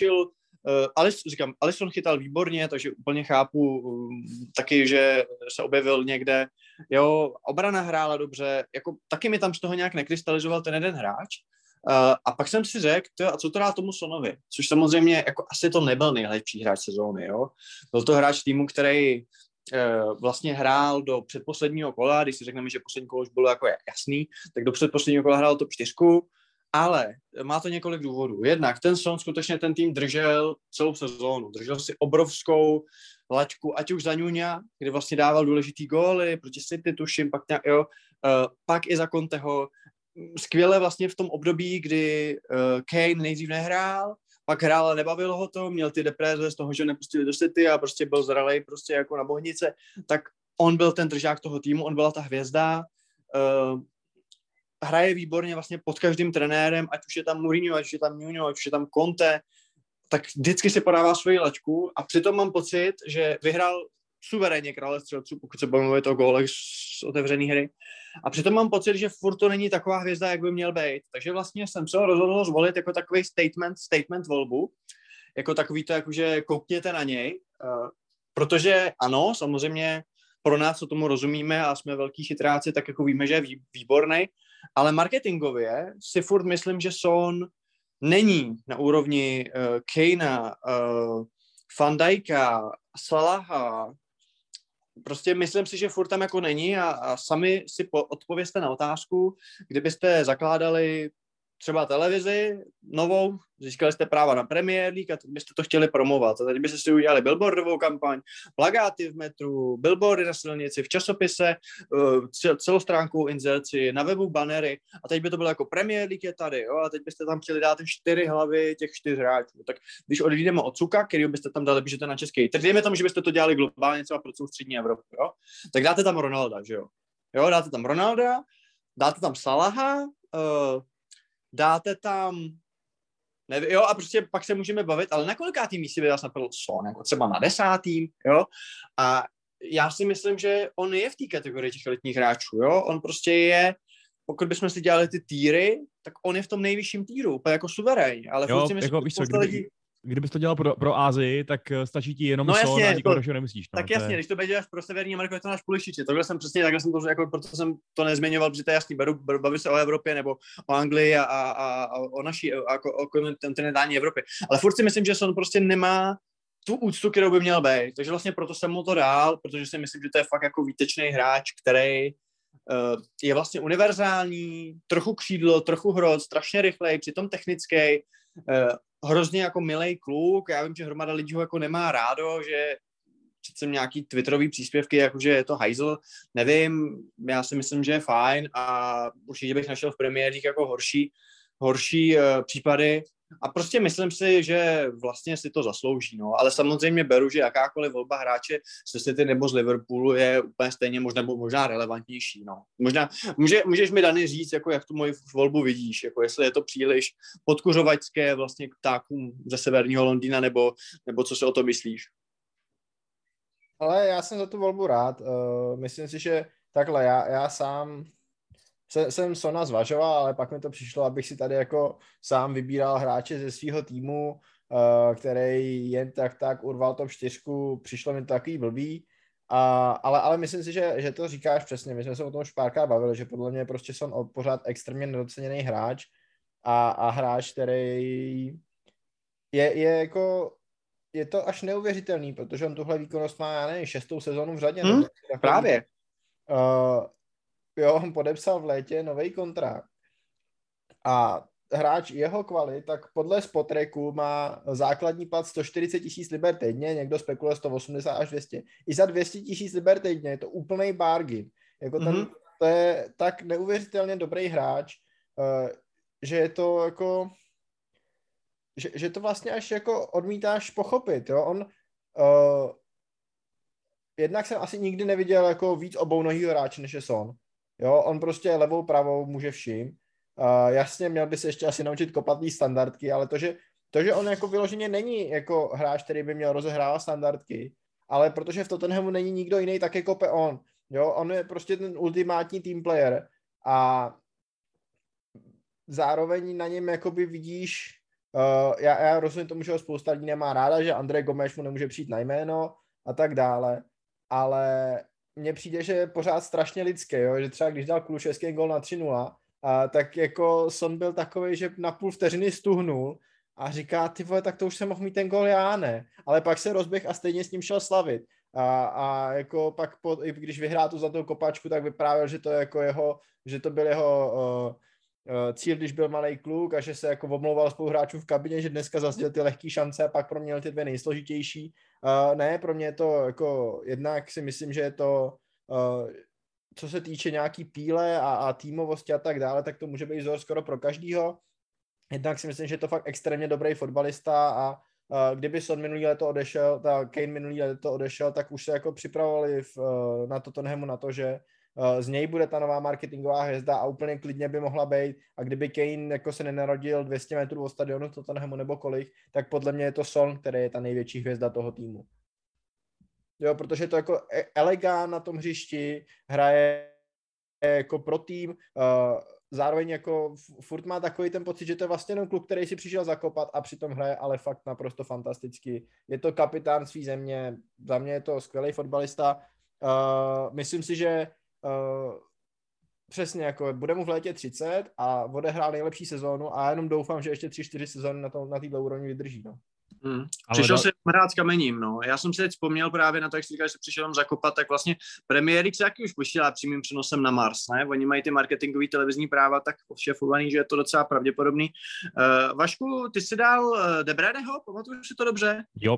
Alisson chytal výborně, takže úplně chápu taky, že se objevil někde, jo, obrana hrála dobře, jako taky mi tam z toho nějak nekrystalizoval ten jeden hráč a pak jsem si řekl, a co to dá tomu Sonovi, což samozřejmě jako asi to nebyl nejlepší hráč sezóny, jo, byl to hráč týmu, který vlastně hrál do předposledního kola, když si řekneme, že poslední kolo už bylo jako jasný, tak do předposledního kola hrál top 4, ale má to několik důvodů. Jednak ten Son skutečně ten tým držel celou sezónu, držel si obrovskou laťku, ať už za Nuňa, kde vlastně dával důležitý góly, proti City tuším, pak nějak, jo, pak i za Conteho. Skvěle vlastně v tom období, kdy Kane nejdřív nehrál, pak hrál a nebavilo ho to, měl ty deprese z toho, že nepustili do City a prostě byl zralej prostě jako na bohnice, tak on byl ten držák toho týmu, on byla ta hvězda, hraje výborně vlastně pod každým trenérem, ať už je tam Mourinho, ať už je tam Nuno, ať už je tam Conte, tak vždycky si podává svoji laťku a přitom mám pocit, že vyhrál suverénně Krále střelců, pokud se budeme mluvit o gólech z otevřené hry. A přitom mám pocit, že furt to není taková hvězda, jak by měl být. Takže vlastně jsem se rozhodl zvolit jako takový statement volbu, jako takový to, jakože koukněte na něj, protože ano, samozřejmě pro nás, co tomu rozumíme a jsme velký chytráci, tak jako víme, že je výborný, ale marketingově si furt myslím, že Son není na úrovni Kanea, Van Dijka, Salaha. Prostě myslím si, že furt tam jako není a sami si odpovězte na otázku, kdybyste zakládali třeba televizi novou, získali jste práva na Premier League a teď byste to chtěli promovat. A teď byste si udělali billboardovou kampaň, plakáty v metru, billboardy na silnici, v časopise, celostránkovou inzerci, na webu bannery a teď by to bylo jako Premier League je tady, jo, a teď byste tam chtěli dát 4 hlavy těch 4 hráčů. Tak když odjídeme od Cuka, který byste tam dali, že to na český trh, dejme tomu, že byste to dělali globálně třeba pro celou střední Evropu, jo, tak dáte tam Ronalda, že jo. Jo, dáte tam Ronalda, dáte tam Salaha, dáte tam, nevím, jo, a prostě pak se můžeme bavit, ale na kolikátým místě by nás napadl Son, jako třeba na 10., jo, a já si myslím, že on je v té kategorii těch elitních hráčů, jo, on prostě je, pokud bychom si dělali ty týry, tak on je v tom nejvyšším týru, úplně jako suverénně, ale jo, si myslím, jako, víš co, kdybys to dělal pro Asii, tak stačí ti jenom Son a nikoho dalšího nemusíš. No, tak jasně, když to děláš pro Severní Ameriku, je to náš Pulisic. Takhle jsem to, jako, proto jsem to nezmiňoval, protože to je jasný, baví se o Evropě nebo o Anglii a o naší, o kontinentální Evropě. Ale furt si myslím, že Son prostě nemá tu úctu, kterou by měl být. Takže vlastně proto jsem mu to dal, protože si myslím, že to je fakt jako výtečný hráč, který je vlastně univerzální, trochu křídlo, trochu hrot, strašně rychlej, přitom technický, hrozně jako milej kluk. Já vím, že hromada lidí ho jako nemá rádo, že přece nějaký twitterový příspěvky, jakože je to hajzl, nevím, já si myslím, že je fajn a určitě bych našel v Premier League jako horší případy a prostě myslím si, že vlastně si to zaslouží, no, ale samozřejmě beru, že jakákoliv volba hráče z City nebo z Liverpoolu je úplně stejně možná relevantnější, no. Možná, můžeš mi, Dani, říct, jako jak tu moji volbu vidíš, jako jestli je to příliš podkuřovačské vlastně k ptákům ze severního Londýna, nebo co si o to myslíš? Ale já jsem za tu volbu rád, myslím si, že takhle, já sám jsem Sona zvažoval, ale pak mi to přišlo, abych si tady jako sám vybíral hráče ze svého týmu, který jen tak urval top 4, přišlo mi to takový blbý, ale myslím si, že to říkáš přesně, my jsme se o tom už párkrát bavili, že podle mě prostě Son pořád extrémně nedoceněný hráč a hráč, který je jako, je to až neuvěřitelný, protože on tuhle výkonnost má, já nevím, 6. sezónu v řadě. Právě. Jo, on podepsal v létě nový kontrakt a hráč jeho kvalit, tak podle Spotracku má základní plat 140 000 liber týdně, někdo spekuluje 180 až 200. I za 200 000 liber týdně je to úplný bargain. Jako to je tak neuvěřitelně dobrý hráč, že je to jako, že to vlastně až jako odmítáš pochopit, jo. On jednak jsem asi nikdy neviděl jako víc obounohýho hráče, než je Son. Jo, on prostě levou, pravou může vším. Jasně, měl by se ještě asi naučit kopat tý standardky, ale to, že on jako vyloženě není jako hráč, který by měl rozehrávat standardky, ale protože v Tottenhamu není nikdo jiný, tak je kope on. Jo, on je prostě ten ultimátní team player a zároveň na něm jakoby vidíš, já rozumím tomu, že ho spousta lidí nemá ráda, že André Gomes mu nemůže přijít na jméno a tak dále, ale mně přijde, že je pořád strašně lidské, jo? Že třeba když dal Kulusevský gól na 3-0, tak jako Son byl takovej, že na půl vteřiny stuhnul a říká, ty vole, tak to už jsem mohl mít ten gól, já ne. Ale pak se rozběh a stejně s ním šel slavit. A jako pak, když vyhrál tu zlatou kopačku, tak vyprávěl, že to jako že to byl jeho cíl, když byl malej kluk a že se jako omlouval spoluhráčů v kabině, že dneska zazděl ty lehký šance a pak proměnil ty 2 nejsložitější. Ne, pro mě je to jako jednak si myslím, že je to co se týče nějaký píle a týmovosti a tak dále, tak to může být vzor skoro pro každýho. Jednak si myslím, že je to fakt extrémně dobrý fotbalista a kdyby Son minulý leto odešel, Kane minulý leto odešel, tak už se jako připravovali na Tottenhamu na to, že z něj bude ta nová marketingová hvězda a úplně klidně by mohla být. A kdyby Kane jako se nenarodil 200 metrů od stadionu v Tottenhamu nebo kolik, tak podle mě je to Son, který je ta největší hvězda toho týmu. Jo, protože to jako elegán na tom hřišti, hraje jako pro tým, zároveň jako furt má takový ten pocit, že to je vlastně jenom kluk, který si přišel zakopat a přitom hraje ale fakt naprosto fantasticky. Je to kapitán svý země, za mě je to skvělý fotbalista. Myslím si, že přesně jako bude mu v létě 30 a odehrál nejlepší sezónu a já jenom doufám, že ještě 3-4 sezóny na této úrovni vydrží. No. Přišel se hrát s kamením, no. Já jsem si teď vzpomněl právě na to, jak jsi říkal, že se přišel tam zakopat, tak vlastně Premier League se taky už posílá přímým přenosem na Mars, ne? Oni mají ty marketingové televizní práva tak ošefovaný, že je to docela pravděpodobný. Vašku, ty jsi dal De Bruyneho, pamatuješ si to dobře? Jo.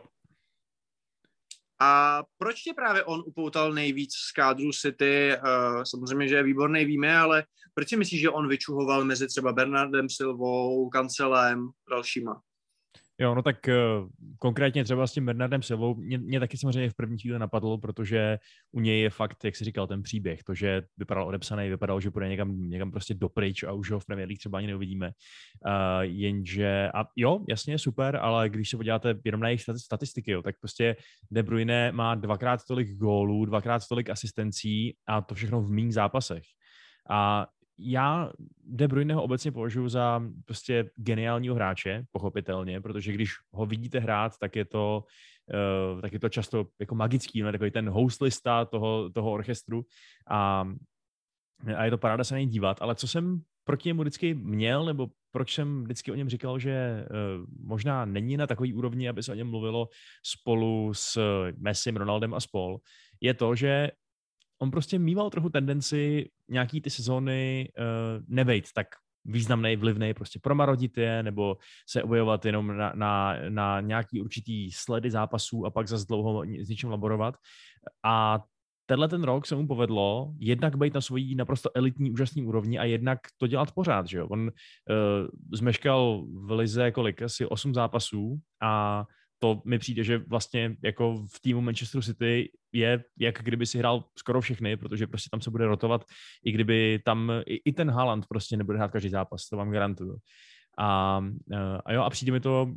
A proč tě právě on upoutal nejvíc z kádru City? Samozřejmě, že je výborný, víme, ale proč si myslíš, že on vyčuhoval mezi třeba Bernardem Silvou, Kancelem, dalšíma? Jo, no tak konkrétně třeba s tím Bernardem Silvou mě taky samozřejmě v první chvíli napadlo, protože u něj je fakt, jak jsi říkal, ten příběh, to, že vypadal odepsaný, vypadalo, že půjde někam prostě dopryč a už ho v Premier League třeba ani neuvidíme. Jenže, a jo, jasně, super, ale když se podíváte jenom na jejich statistiky, jo, tak prostě De Bruyne má 2x tolik gólů, 2x tolik asistencí a to všechno v méně zápasech. A já De Bruyneho obecně považuji za prostě geniálního hráče, pochopitelně, protože když ho vidíte hrát, tak je to často jako magický, no, takový ten houslista toho orchestru a je to paráda se na něj dívat, ale co jsem proti němu vždycky měl, nebo proč jsem vždycky o něm říkal, že možná není na takový úrovni, aby se o něm mluvilo spolu s Messim, Ronaldem a spol, je to, že on prostě mýval trochu tendenci nějaký ty sezóny nevejt tak významnej, vlivnej, prostě promarodit je, nebo se objevovat jenom na nějaký určitý sledy zápasů a pak zase dlouho s něčím laborovat. A tenhle ten rok se mu povedlo jednak být na svojí naprosto elitní, úžasný úrovni a jednak to dělat pořád, že jo. On zmeškal v lize asi 8 zápasů a to mi přijde, že vlastně jako v týmu Manchesteru City je, jak kdyby si hrál skoro všechny, protože prostě tam se bude rotovat, i kdyby tam i ten Haaland prostě nebude hrát každý zápas, to vám garantuju. A přijde mi to,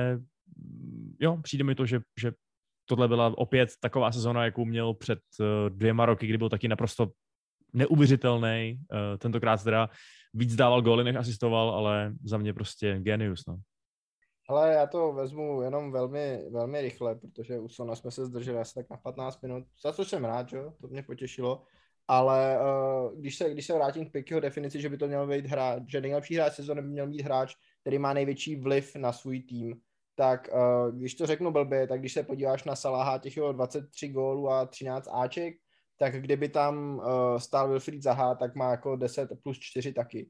že tohle byla opět taková sezona, jakou měl před 2 roky, kdy byl taky naprosto neuvěřitelný. Tentokrát teda víc dával góly, než asistoval, ale za mě prostě genius, no. Ale já to vezmu jenom velmi, velmi rychle, protože u Sona jsme se zdrželi asi tak na 15 minut, za co jsem rád, že? To mě potěšilo, ale když se vrátím k Pikyho definici, že by to měl být hráč, že nejlepší hráč sezóny by měl být hráč, který má největší vliv na svůj tým, tak když to řeknu blbě, tak když se podíváš na Salaha, těch jeho 23 gólů a 13 áček, tak kdyby tam stál Wilfried Zaha, tak má jako 10 plus 4 taky.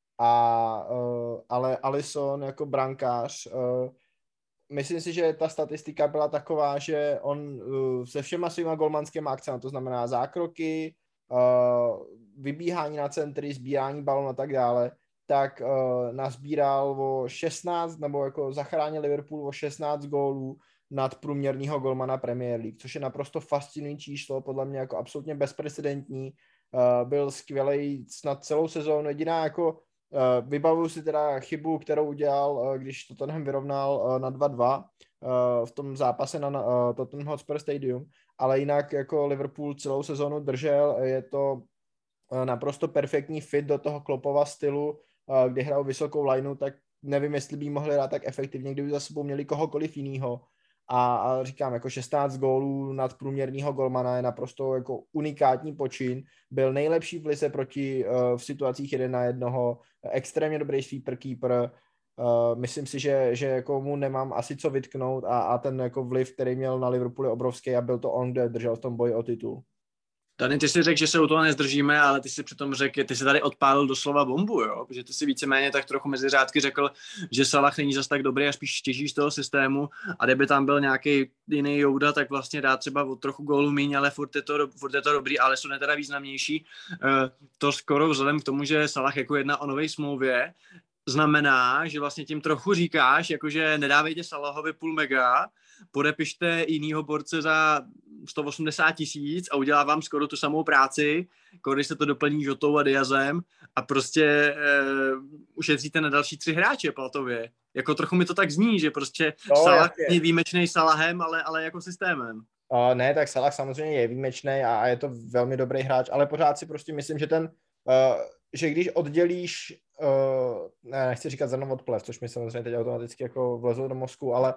Ale Alisson jako brankář, myslím si, že ta statistika byla taková, že on se všema svýma golmanskýma akcemi, to znamená zákroky, vybíhání na centry, sbírání balonu a tak dále, tak nazbíral o 16, nebo jako zachránil Liverpool o 16 gólů nad průměrného golmana Premier League, což je naprosto fascinující číslo, podle mě jako absolutně bezprecedentní, byl skvělej snad celou sezónu, jediná jako vybavuju si teda chybu, kterou udělal, když Tottenham vyrovnal na 2-2 v tom zápase na Tottenham Hotspur Stadium, ale jinak jako Liverpool celou sezónu držel, je to naprosto perfektní fit do toho Kloppova stylu, kdy hrajou vysokou lineu, tak nevím, jestli by mohli hrát tak efektivně, kdyby za sebou měli kohokoliv jinýho. A říkám, jako 16 gólů nad průměrného golmana je naprosto jako unikátní počin. Byl nejlepší v lize v situacích 1-1, extrémně dobrý sweeper keeper. Myslím si, že jako mu nemám asi co vytknout a ten jako vliv, který měl na Liverpool je obrovský a byl to on, kdo držel v tom boji o titul. Dani, ty si řekl, že se u toho nezdržíme, ale ty si přitom řekl, ty si tady odpálil doslova bombu, jo? Protože ty si víceméně tak trochu mezi řádky řekl, že Salah není zas tak dobrý a spíš těží z toho systému a kdyby tam byl nějaký jiný Jouda, tak vlastně dá třeba o trochu gólu míň, ale furt je to dobrý, ale jsou teda významnější. To skoro vzhledem k tomu, že Salah jako jedná o nové smlouvě, znamená, že vlastně tím trochu říkáš, jakože nedávejte Salahovi půl mega, podepište jinýho borce za 180 000 a udělá vám skoro tu samou práci, když se to doplní Jotou a Diazem a prostě ušetříte na další 3 hráče platově. Jako trochu mi to tak zní, že prostě Salah je výjimečný Salahem, ale jako systémem. Ne, tak Salah samozřejmě je výjimečný a je to velmi dobrý hráč, ale pořád si prostě myslím, že že když oddělíš, nechci říkat zrno od plev, což mi samozřejmě teď automaticky jako vlezlo do mozku, ale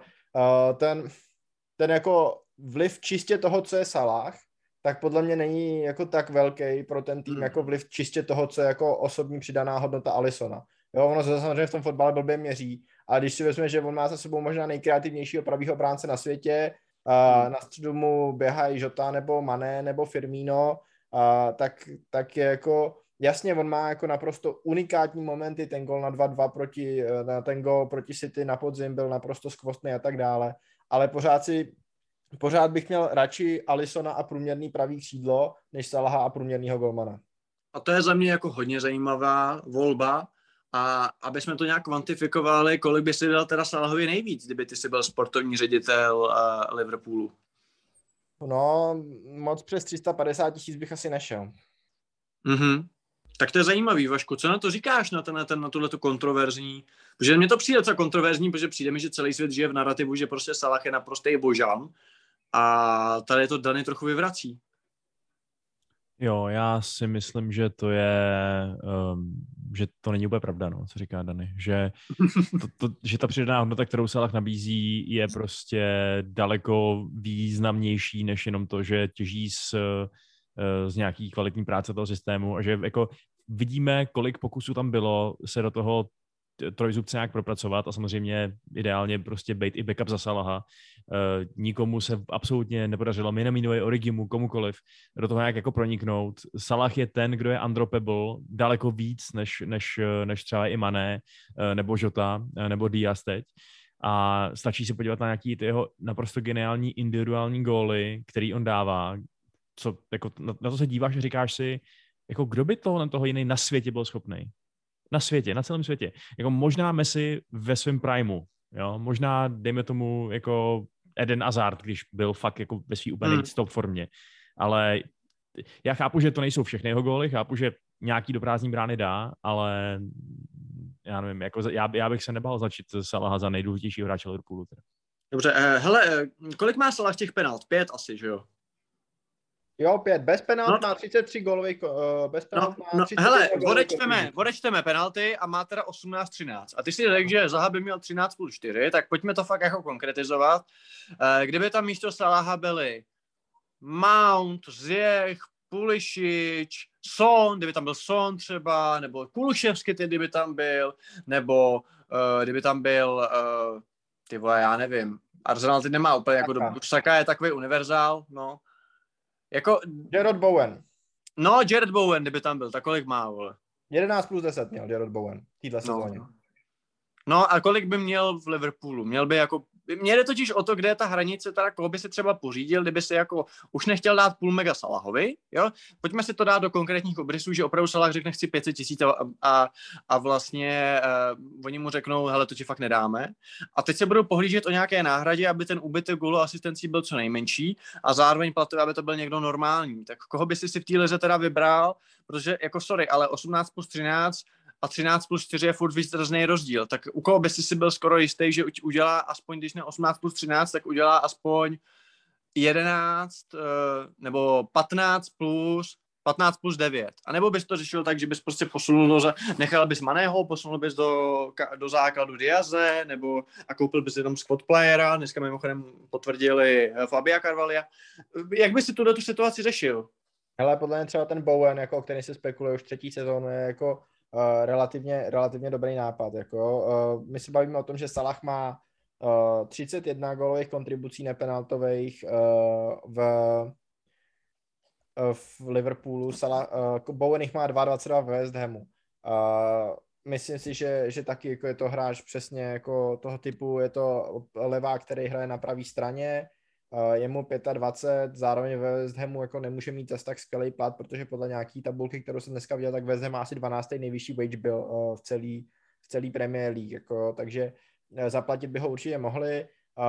ten jako vliv čistě toho, co je Salah, tak podle mě není jako tak velký pro ten tým jako vliv čistě toho, co je jako osobní přidaná hodnota Alisona. Jo, ono se samozřejmě v tom fotbale blbě měří, ale když si vezme, že on má za sebou možná nejkreativnějšího pravýho bránce na světě, na středu mu běhají Jota nebo Mané nebo Firmino, tak je jako jasně, on má jako naprosto unikátní momenty, ten gol na 2-2 ten gol proti City na podzim byl naprosto skvostný a tak dále, ale pořád bych měl radši Alisona a průměrný pravý křídlo, než Salaha a průměrnýho golmana. A to je za mě jako hodně zajímavá volba a aby jsme to nějak kvantifikovali, kolik by si dal teda Salahovi nejvíc, kdyby ty si byl sportovní ředitel Liverpoolu? No, moc přes 350 000 bych asi nešel. Mhm. Tak to je zajímavý, Vašku. Co na to říkáš, na tuhletu kontroverzní? Protože mně to přijde docela kontroverzní, protože přijde mi, že celý svět žije v narrativu, že prostě Salah je naprostý božan a tady to Dani trochu vyvrací. Jo, já si myslím, že to je, že to není úplně pravda, no, co říká Dani. Že ta přidaná hodnota, kterou Salah nabízí, je prostě daleko významnější, než jenom to, že těží z nějaký kvalitní práce toho systému a že jako vidíme, kolik pokusů tam bylo se do toho trojzubce nějak propracovat a samozřejmě ideálně prostě být i backup za Salaha. Nikomu se absolutně nepodařilo, Minaminovi, Origimu, komukoliv do toho nějak jako proniknout. Salah je ten, kdo je undroppable daleko víc než třeba i Mané, nebo Jota, nebo Diaz teď. A stačí se podívat na nějaký ty jeho naprosto geniální individuální góly, který on dává. Co, jako, na to se díváš a říkáš si, jako kdo by toho jiný na světě byl schopný? Na světě, na celém světě. Jako možná Messi ve svém primu, jo? Možná, dejme tomu, jako Eden Hazard, když byl fakt jako ve svý úplně top formě. Ale já chápu, že to nejsou všechny jeho góly, chápu, že nějaký do prázdní brány dá, ale já nevím, jako já bych se nebál začít Salaha za nejdůležitějšího hráče Liverpoolu. Teda. Dobře, hele, kolik má Salah těch penalt? 5 asi, že jo? Jo, 5. Bez penalt má 33 gólových, bez penalt má 33 hele, gólových. odečteme penalty a má teda 18-13. A ty si řekl, že Zaha by měl 13+4, tak pojďme to fakt jako konkretizovat. Kdyby tam místo Salaha byli Mount, Ziyech, Pulisic, Son, kdyby tam byl Son třeba, nebo Kulusevski, kdyby tam byl, nebo kdyby tam byl, ty vole, já nevím, Arsenal teď nemá úplně jako dobu, Saka je takový univerzál, no. Jako... Jarrod Bowen. No, Jarrod Bowen, kdyby tam byl, tak kolik má, vole? 11+10 měl Jarrod Bowen týhle sezóně. No a kolik by měl v Liverpoolu? Měl by jako... Mně jde totiž o to, kde je ta hranice, teda koho by se třeba pořídil, kdyby si jako už nechtěl dát půl mega Salahovi, jo? Pojďme si to dát do konkrétních obrysů, že opravdu Salah řekne, chci 500 000 a vlastně oni mu řeknou, hele, to ti fakt nedáme. A teď se budou pohlížet o nějaké náhradě, aby ten úbytek gólu asistencí byl co nejmenší a zároveň platově, aby to byl někdo normální. Tak koho by si v té lize teda vybral? Protože jako sorry, ale 18+13 a 13+4 je furt výrazný rozdíl. Tak u koho by si byl skoro jistý, že udělá aspoň, když ne 18+13, tak udělá aspoň 11 nebo 15+9. A nebo bys to řešil tak, že bys prostě nechal bys Maného, posunul bys do základu Diaze, nebo a koupil bys jenom squad playera, dneska mimochodem potvrdili Fabia Carvalha. Jak bys si tu situaci řešil? Hele, podle mě třeba ten Bowen, jako, o který se spekuluje už 3. sezónu, je jako relativně dobrý nápad. Jako. My se bavíme o tom, že Salah má 31 gólových kontribucí nepenaltových v Liverpoolu, Bowen jich má 22 ve West Hamu. Myslím si, že taky jako je to hráč přesně jako toho typu, je to levák, který hraje na pravé straně, je mu 25, zároveň ve West Hamu jako nemůže mít zase tak skvělý plat, protože podle nějaký tabulky, kterou jsem dneska viděl, tak West Ham má asi 12. nejvyšší wage bill v celý Premier League, jako, takže zaplatit by ho určitě mohli.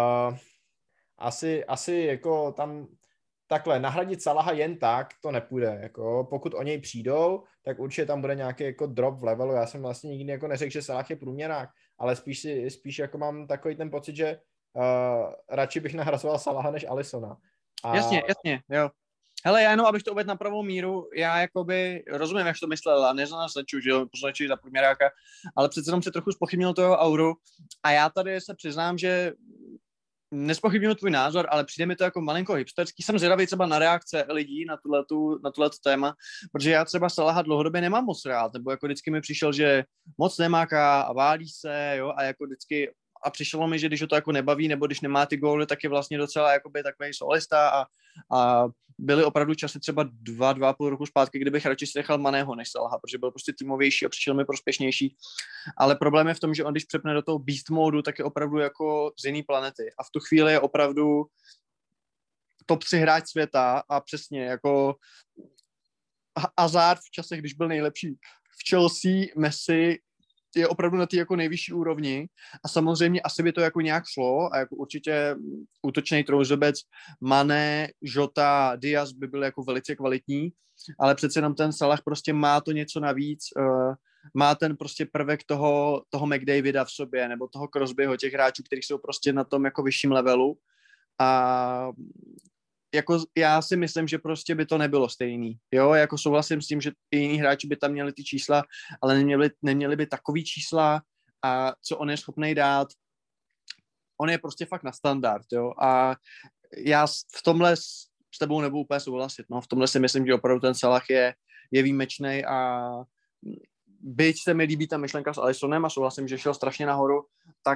Asi jako tam takhle nahradit Salaha jen tak, to nepůjde. Jako, pokud o něj přijdou, tak určitě tam bude nějaký jako drop v levelu. Já jsem vlastně nikdy jako neřekl, že Salah je průměrák, ale spíš jako mám takový ten pocit, že radši bych nahrazoval Salaha než Alisona. Jasně, jo. Hele, já jenom, abych to uvedl na pravou míru, já jakoby rozumím, jak to myslel, a neznačuju, že jo, poznačuji za průměráka, ale přece jenom se trochu zpochybnil toho auru a já tady se přiznám, že nespochybnuju tvůj názor, ale přijde mi to jako malinko hipsterský. Jsem zvědavý třeba na reakce lidí na tohleto téma, protože já třeba Salaha dlouhodobě nemám moc rád, nebo jako vždycky mi přišel, že moc nemáká a válí se, jo, a jako vždycky a přišlo mi, že když ho to jako nebaví, nebo když nemá ty góly, tak je vlastně docela jakoby takový solista a byly opravdu časy třeba 2,5 roku zpátky, kdybych radši si nechal Maného než Salaha, protože byl prostě týmovější a přišel mi prospěšnější. Ale problém je v tom, že on když přepne do toho beast modu, tak je opravdu jako z jiný planety. A v tu chvíli je opravdu top 3 hráč světa a přesně jako Hazard v časech, když byl nejlepší v Chelsea, Messi je opravdu na té jako nejvyšší úrovni a samozřejmě asi by to jako nějak šlo a jako určitě útočný trojzobec Mané, Jota, Diaz by byl jako velice kvalitní, ale přece jenom ten Salah prostě má to něco navíc, má ten prostě prvek toho McDavida v sobě nebo toho Crosbyho, těch hráčů, kteří jsou prostě na tom jako vyšším levelu a jako já si myslím, že prostě by to nebylo stejný. Jo, jako souhlasím s tím, že i jiní hráči by tam měli ty čísla, ale neměli by takový čísla a co on je schopný dát. On je prostě fakt na standard, jo. A já v tomhle s tebou nebudu úplně souhlasit, no. V tomhle si myslím, že opravdu ten Salah je výjimečný a byť se mi líbí ta myšlenka s Alisonem a souhlasím, že šel strašně nahoru, tak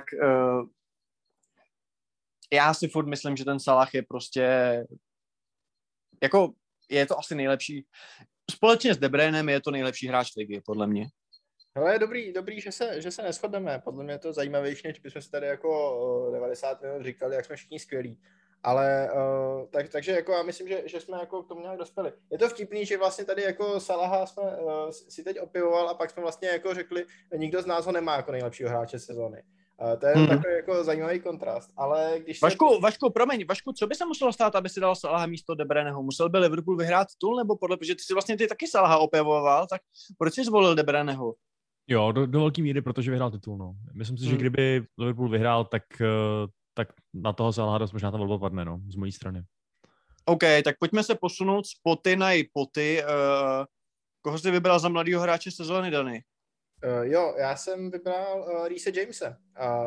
já si furt myslím, že ten Salah je prostě jako je to asi nejlepší. Společně s De Bruynem je to nejlepší hráč ligy, podle mě. No je dobrý, že se neshodneme. Podle mě je to zajímavější, než bychom si tady jako 90 minut říkali, jak jsme všichni skvělí. Ale takže jako já myslím, že jsme jako k tomu nějak dospěli. Je to vtipný, že vlastně tady jako Salaha jsme si teď opivoval a pak jsme vlastně jako řekli, nikdo z nás ho nemá jako nejlepšího hráče sezóny. To je takový jako zajímavý kontrast, ale když Vašku, co by se muselo stát, aby si dal Salaha místo De Bruyneho? Musel by Liverpool vyhrát titul, nebo protože ty si vlastně taky Salaha opěvoval, tak proč jsi zvolil De Bruyneho? Jo, do velké míry, protože vyhrál titul, no. Myslím si, že kdyby Liverpool vyhrál, tak na toho Salaha dost možná ta volba padne, no, z mojí strany. OK, tak pojďme se posunout z poty na poty. Koho jsi vybral za mladýho hráče sezóny, Dany? Jo, já jsem vybral Reese Jamese.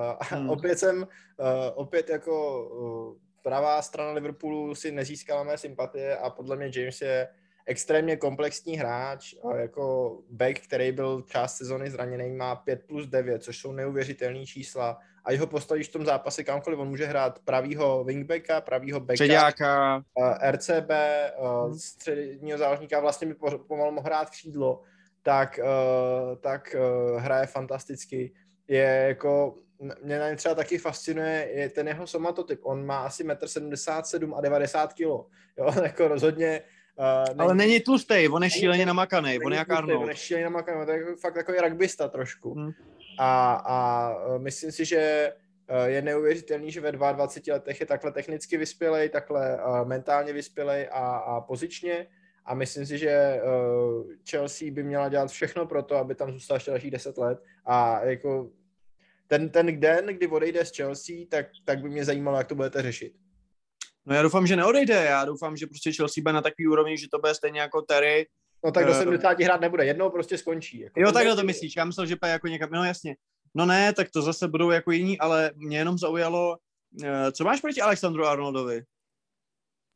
Opět jako pravá strana Liverpoolu si nezískala mé sympatie a podle mě James je extrémně komplexní hráč, jako back, který byl část sezony zraněný, má 5+9, což jsou neuvěřitelné čísla a jeho postavíš v tom zápase kamkoliv, on může hrát pravýho wingbacka, pravýho backa, Předáka, RCB, středního záložníka, vlastně by pomalu mohl hrát křídlo, tak hraje fantasticky. Je jako, mě na něm třeba taky fascinuje je ten jeho somatotyp. On má asi 1,77 m a 90 kg. Jo, jako rozhodně. Ale není tlustej, on je šíleně namakanej, on je jak Arnold. On je šíleně namakanej, to je fakt takový rugbysta trošku. A myslím si, že je neuvěřitelný, že ve 22 letech je takhle technicky vyspělej, takhle mentálně vyspělej a pozičně. A myslím si, že Chelsea by měla dělat všechno pro to, aby tam zůstal ještě dalších 10 let. A jako ten den, kdy odejde z Chelsea, tak by mě zajímalo, jak to budete řešit. No já doufám, že neodejde. Já doufám, že prostě Chelsea bude na takový úrovni, že to bude stejně jako Terry. No tak do 70 hrát nebude. Jednou prostě skončí. Jako jo, takhle to myslíš. Já myslel, že bude jako někam. No jasně. No ne, tak to zase budou jako jiní, ale mě jenom zaujalo, co máš proti Alexandru Arnoldovi?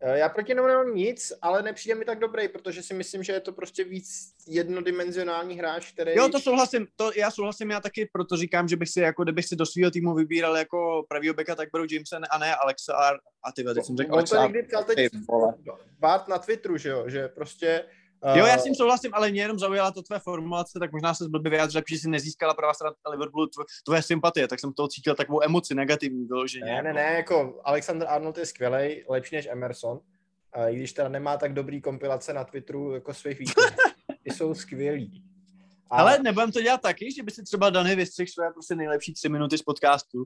Já proti němu nemám nic, ale nepřijde mi tak dobrý, protože si myslím, že je to prostě víc jednodimenzionální hráč, který... Jo, to souhlasím, já taky, proto říkám, že bych si, jako kdybych si do svého týmu vybíral jako pravýho beka, tak beru Jamesa a ne Alexa a ty teď jsem řekl On to Alexa. někdy psal teď Bart na Twitteru, že prostě... Jo, já s tím souhlasím, ale mě jenom zaujala to tvé formulace, tak možná se zblbě vyjádřil, že si nezískala pravá strana Liverpoolu tvoje sympatie, tak jsem toho cítil takovou emoci negativní vyloženě. Ne, jako Alexander Arnold je skvělej, lepší než Emerson, i když teda nemá tak dobrý kompilace na Twitteru jako svých výkonů. Ty jsou skvělí. Ale nebudem to dělat taky, že by si třeba Dany vystřihl své prostě nejlepší 3 minuty z podcastu.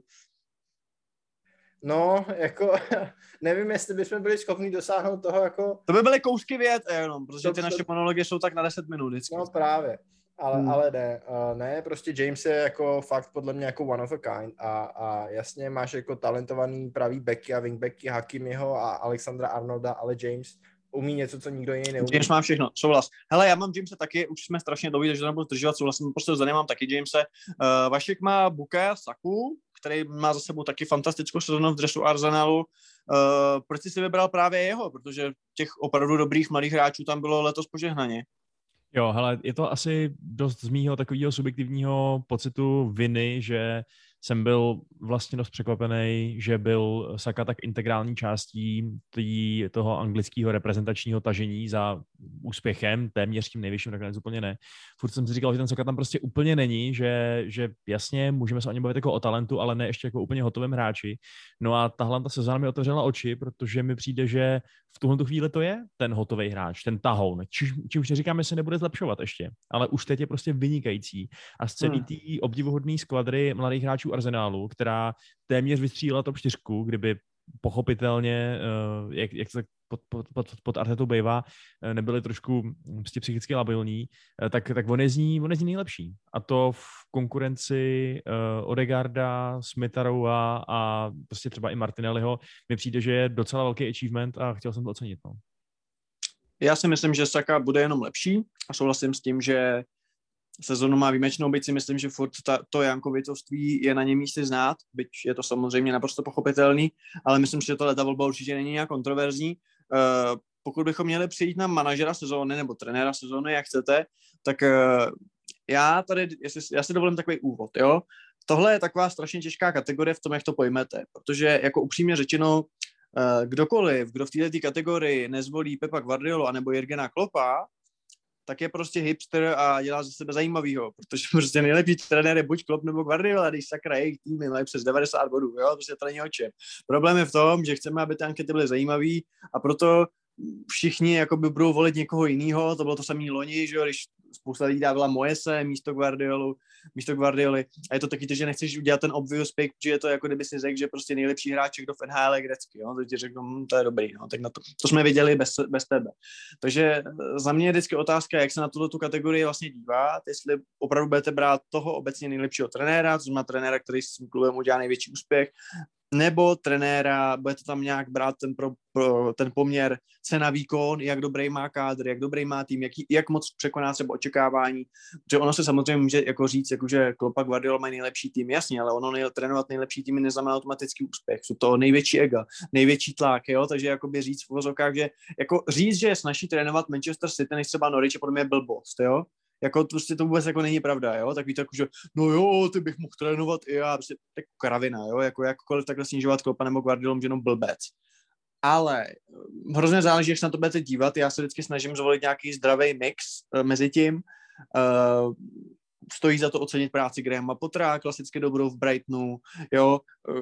No, jako nevím, jestli bychom byli schopni dosáhnout toho jako... To by byly kousky vět jenom, protože ty naše monology jsou tak na 10 minut vždycky. No právě, ale ne, prostě James je jako fakt podle mě jako one of a kind a jasně máš jako talentovaný pravý backy a wingbacky Hakimiho a Alexandra Arnolda, ale James umí něco, co nikdo jiný neumí. James má všechno, souhlas. Hele, já mám Jamese taky, už jsme strašně dlouhý, takže to nebudu zdržovat, souhlasím, prostě za ně mám taky Jamese. Vašek má Bukayo Saku, který má za sebou taky fantastickou sezonu v dresu Arsenalu. Proč jsi si vybral právě jeho? Protože těch opravdu dobrých mladých hráčů tam bylo letos požehnaně. Jo, hele, je to asi dost z mýho takového subjektivního pocitu viny, že jsem byl vlastně dost překvapený, že byl Saka tak integrální částí toho anglického reprezentačního tažení za úspěchem, téměř tím nejvyšším, nakonec úplně ne. Furt jsem si říkal, že ten Saka tam prostě úplně není, že jasně, můžeme se o něm bavit jako o talentu, ale ne ještě jako úplně hotovém hráči. No a tahle ta sezóna mi otevřela oči, protože mi přijde, že v tuhle chvíli to je ten hotový hráč, ten tahoun. Čímž neříkám, že se nebude zlepšovat ještě, ale už teď je prostě vynikající. A z celý té obdivuhodné skvadry mladých hráčů Arsenálu, která téměř vystřílela top 4, kdyby pochopitelně, jak se pod Artetou bývá, nebyli trošku prostě psychicky labilní, tak on je z ní nejlepší. A to v konkurenci Odegaarda, Smitha-Rowa a prostě třeba i Martinelliho mi přijde, že je docela velký achievement a chtěl jsem to ocenit. No. Já si myslím, že Saka bude jenom lepší a souhlasím s tím, že sezonu má výjimečnou, byť si myslím, že furt to Jankovitoství je na něm místě znát, byť je to samozřejmě naprosto pochopitelný, ale myslím si, že ta volba určitě není nějak kontroverzní. Pokud bychom měli přijít na manažera sezóny nebo trenéra sezóny, jak chcete, tak já si dovolím takový úvod, jo. Tohle je taková strašně těžká kategorie v tom, jak to pojmete, protože jako upřímně řečeno, kdokoliv, kdo v této kategorii nezvolí Pepa Guardiolu anebo Jurgena Kloppa, tak je prostě hipster a dělá ze sebe zajímavýho, protože prostě nejlepší trenér je buď Klopp nebo Guardiola, když sakra jejich týmy mají přes 90 bodů, jo, prostě to není o čem. Problém je v tom, že chceme, aby ty ankety byly zajímavý a proto všichni jakoby budou volit někoho jiného, to bylo to samý loni, že jo, když spousta lidí dávala Moyese místo Guardioli a je to taky to, že nechceš udělat ten obvious pick, že je to jako kdyby si řekl, že prostě nejlepší hráč, kdo v NHL je grecký, jo, teď ti řeknu, to je dobrý, no, tak na to jsme viděli bez tebe. Takže za mě je vždycky otázka, jak se na tu kategorii vlastně dívat, jestli opravdu budete brát toho obecně nejlepšího trenéra, to znamená trenéra, který s tím klubem udělá největší úspěch, nebo trenéra, budete tam nějak brát ten poměr cena-výkon, jak dobrý má kádr, jak dobrý má tým, jak moc překoná třeba očekávání, protože ono se samozřejmě může jako říct, jako že Klopp a Guardiola mají nejlepší tým, jasně, ale ono trénovat nejlepší týmy neznamená automatický úspěch, jsou to největší ega, největší tlak, jo, takže jakoby říct v uvozovkách, že jako říct, že je snaží trénovat Manchester City než třeba Norwich, je podle mě blbost, jo. Jako prostě to vůbec jako není pravda, jo, tak víte, jako, že no jo, ty bych mohl trénovat i já, prostě tak kravina, jo, jako jakkoliv takhle snižovat Kloppa nebo Guardiolom, že jenom blbec. Ale hrozně záleží, jak se na to budete dívat, já se vždycky snažím zvolit nějaký zdravý mix mezi tím, stojí za to ocenit práci Grahama Pottera, klasicky dobrou v Brightonu, jo,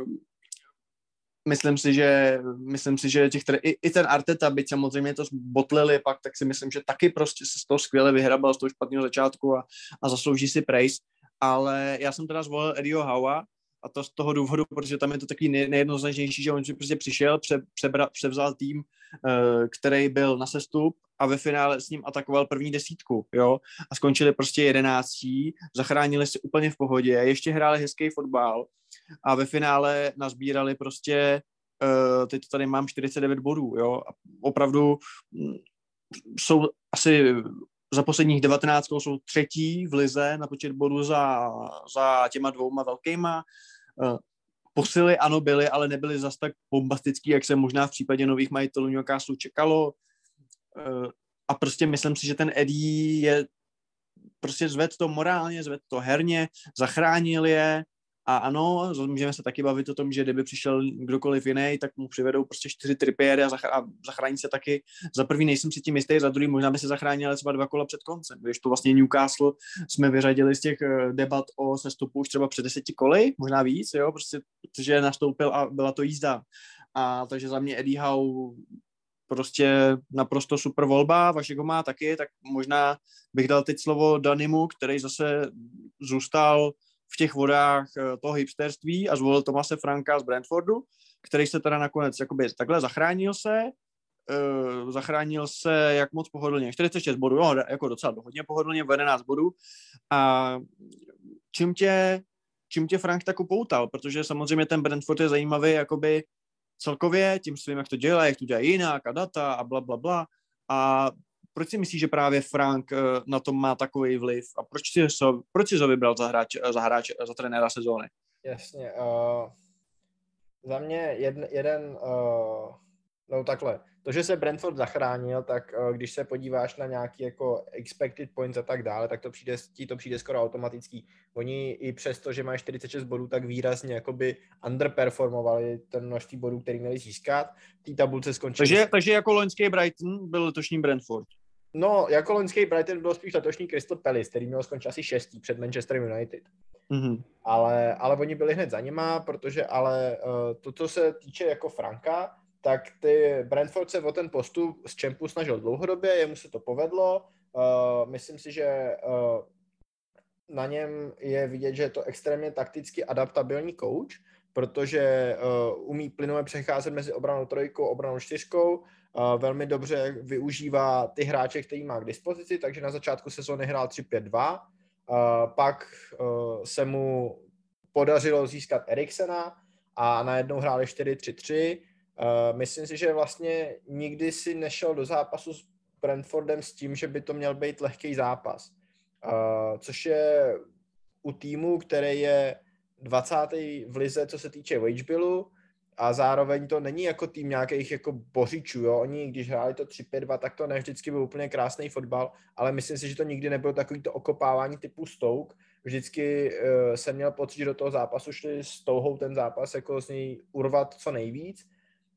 Myslím si, že i ten Arteta, byť samozřejmě to botlili pak, tak si myslím, že taky prostě se z toho skvěle vyhrabal z toho špatného začátku a zaslouží si praise, ale já jsem teda zvolil Eddieho Howa a to z toho důvodu, protože tam je to takový nejjednoznačnější, že on prostě přišel, převzal tým, který byl na sestup a ve finále s ním atakoval první desítku, jo, a skončili prostě 11, zachránili si úplně v pohodě, ještě hráli hezký fotbal a ve finále nazbírali prostě, teď tady mám 49 bodů, jo, a opravdu jsou asi za posledních 19 jsou třetí v lize na počet bodů za těma dvouma velkýma. posily ano byly, ale nebyly zas tak bombastický, jak se možná v případě nových majitelů Newcastle čekalo. A prostě myslím si, že ten Eddie je prostě zved to morálně, zved to herně, zachránil je a ano, můžeme se taky bavit o tom, že kdyby přišel kdokoliv jiný, tak mu přivedou prostě 4 Trippiery a zachrání se taky. Za prvý nejsem si tím jistý, za druhý možná by se zachránil třeba 2 kola před koncem, když to vlastně Newcastle jsme vyřadili z těch debat o sestupu už třeba před 10 koly, možná víc, jo, prostě, protože nastoupil a byla to jízda. A takže za mě Eddie Howe prostě naprosto super volba, Vašek má taky, tak možná bych dal teď slovo Danimu, který zase zůstal v těch vodách toho hipsterství a zvolil Thomase Franka z Brentfordu, který se teda nakonec jakoby takhle zachránil se jak moc pohodlně, 46 bodů, no, jako docela hodně pohodlně, v 11 bodů a čím tě Frank tak upoutal, protože samozřejmě ten Brentford je zajímavý jakoby celkově tím svým, jak to dělají jinak a data a bla, bla, bla. A proč si myslíš, že právě Frank na tom má takový vliv a proč si ho vybral za trenéra sezóny? Jasně. Za mě no takhle. To, že se Brentford zachránil, tak když se podíváš na nějaký jako expected points a tak dále, tak to přijde skoro automatický. Oni i přesto, že mají 46 bodů, tak výrazně jakoby underperformovali ten množství bodů, který měli získat. V té tabulce skončili. Takže jako loňský Brighton byl letošní Brentford. No, jako loňský Brighton byl spíš letošní Crystal Palace, který měl skončit asi 6. před Manchester United. Mm-hmm. Ale oni byli hned za nima, protože to, co se týče jako Franka, tak ty Brentford se o ten postup z Champu snažil dlouhodobě, jemu se to povedlo. Myslím si, že na něm je vidět, že je to extrémně takticky adaptabilní coach, protože umí plynule přecházet mezi obranou 3, obranou 4, velmi dobře využívá ty hráče, který má k dispozici, takže na začátku sezóny hrál 3-5-2, pak se mu podařilo získat Eriksena a najednou hráli 4-3-3. Myslím si, že vlastně nikdy si nešel do zápasu s Brentfordem s tím, že by to měl být lehký zápas. Což je u týmu, který je 20. v lize, co se týče wagebillu, a zároveň to není jako tým nějakých jako bořičů, jo. Oni, když hráli to 3-5-2, tak to ne vždycky byl úplně krásný fotbal, ale myslím si, že to nikdy nebylo takový to okopávání typu Stoke. Vždycky jsem měl pocit, že do toho zápasu šli s touhou ten zápas jako z něj urvat co nejvíc.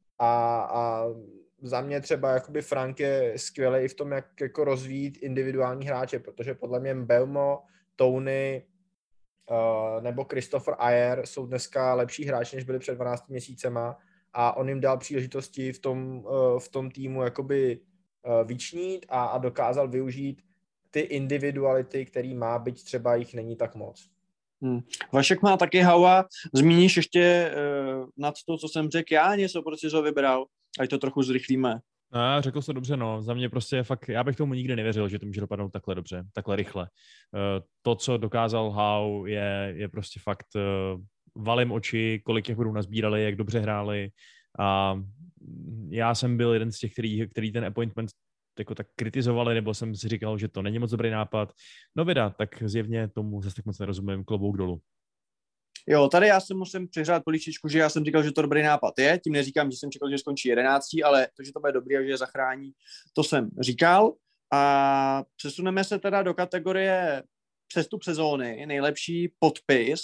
A za mě třeba jakoby Frank je skvělý i v tom, jak jako rozvíjet individuální hráče, protože podle mě Mbeumo, Tony nebo Christopher Ayer jsou dneska lepší hráči, než byli před 12 měsícema a on jim dal příležitosti v tom týmu jakoby vyčnít a dokázal využít ty individuality, který má, byť třeba jich není tak moc. Vašek má taky Haua. Zmíníš ještě nad to, co jsem řekl já, něco, proč jsi ho vybral? Ať to trochu zrychlíme. No, řekl jsi to dobře, no. Za mě prostě fakt, já bych tomu nikdy nevěřil, že to může dopadnout takhle dobře, takhle rychle. To, co dokázal Howe, je prostě fakt valím oči, kolik těch bodů nazbírali, jak dobře hráli. A já jsem byl jeden z těch, který ten appointment jako tak kritizovali, nebo jsem si říkal, že to není moc dobrý nápad. No vida, tak zjevně tomu zase tak moc nerozumím, klobouk dolů. Jo, tady já se musím přihrát políčičku, že já jsem říkal, že to dobrý nápad je, tím neříkám, že jsem čekal, že skončí 11, ale to, že to bude dobrý a že je zachrání, to jsem říkal. A přesuneme se teda do kategorie přestup sezóny, nejlepší podpis.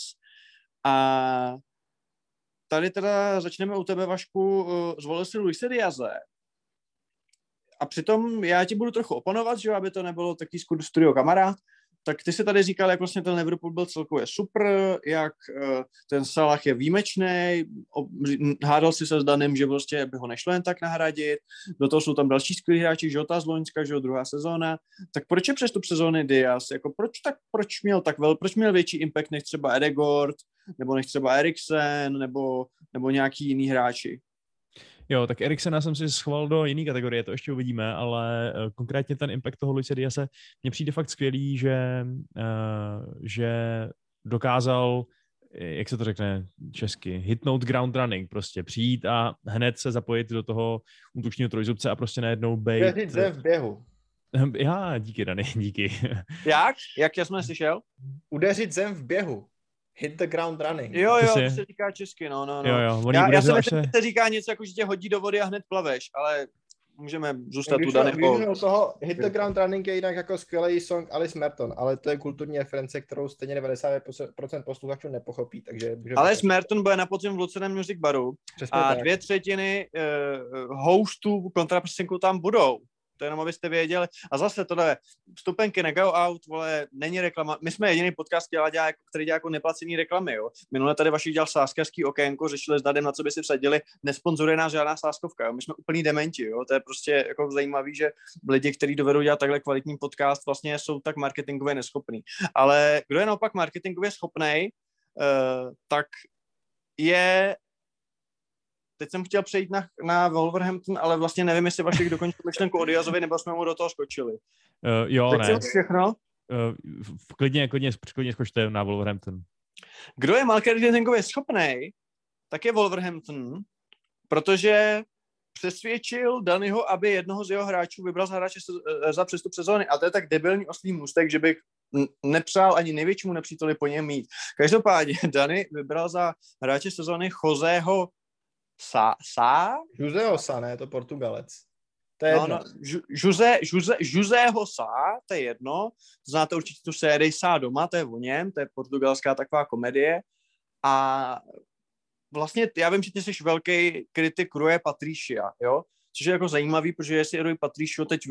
A tady teda začneme u tebe, Vašku, zvolil si Luise Diaze. A přitom já ti budu trochu oponovat, že aby to nebylo taký studio kamarád, tak ty si tady říkal, jak vlastně ten Liverpool byl celkově super, jak ten Salah je výjimečný, hádal si se s Danem, že prostě by ho nešlo jen tak nahradit, do toho jsou tam další skvělí hráči, Jota z loňska, že jo, druhá sezóna, tak proč je přestup sezóny Diaz, jako proč měl větší impact než třeba Ødegaard, nebo než třeba Eriksen, nebo nějaký jiný hráči? Jo, tak Eriksena jsem si schoval do jiné kategorie, to ještě uvidíme, ale konkrétně ten impact toho Luise Diaze mně přijde fakt skvělý, že dokázal, jak se to řekne česky, hitnout ground running, prostě přijít a hned se zapojit do toho útočního trojzubce a prostě najednou bejt. Udeřit zem v běhu. Já, díky Dani, díky. Jak? Jak jsme slyšel? Udeřit zem v běhu. Hit the ground running. Jo, Ty si- to se říká česky, no. Jo, oni Já si urazil, až myslím, že se říká něco jako, že tě hodí do vody a hned plaveš, ale můžeme zůstat u Když Danyho. jsme u toho, Hit the ground running je jinak jako skvělý song Alice Merton, ale to je kulturní reference, kterou stejně 90% posluchačů nepochopí, takže... Ale Merton bude na podzim v Luceném Music Baru Přesně a tak. 2/3 hostů kontraprsenku tam budou. To jenom abyste věděli. A zase tohle vstupenky na Go Out, vole, není reklama. My jsme jediný podcast, který dělá jako neplacený reklamy, jo. Minule tady Vašik dělal sázkařský okénko, řešili s Dadem, na co by si vsadili, nesponzoruje nás žádná sázkovka, jo. My jsme úplný dementi, jo. To je prostě jako zajímavý, že lidi, kteří dovedou dělat takhle kvalitní podcast, vlastně jsou tak marketingově neschopní. Ale kdo je naopak marketingově schopnej, tak je... Teď jsem chtěl přejít na Wolverhampton, ale vlastně nevím, jestli Vašek dokončil myšlenku o Diazovi, nebo jsme mu do toho skočili. Jo, Teď ne. jsem všechno. Klidně skočte na Wolverhampton. Kdo je marketingově schopnej, tak je Wolverhampton, protože přesvědčil Danyho, aby jednoho z jeho hráčů vybral za hráče za přestup sezóny. A to je tak debilní oslý můstek, že bych nepřál ani největšímu nepříteli po něm mít. Každopádně Dany vybral za hráče sezóny Joseho Joseho Sa, ne, to Portugalec. To je jedno. Joseho Sa, to je jedno. Znáte určitě tu sérii Sá doma, to je o něm, to je portugalská taková komedie. A vlastně já vím, že ty jsi velký kritik Rui Patricia, jo? Což je jako zajímavý, protože jestli Rui Patricio teď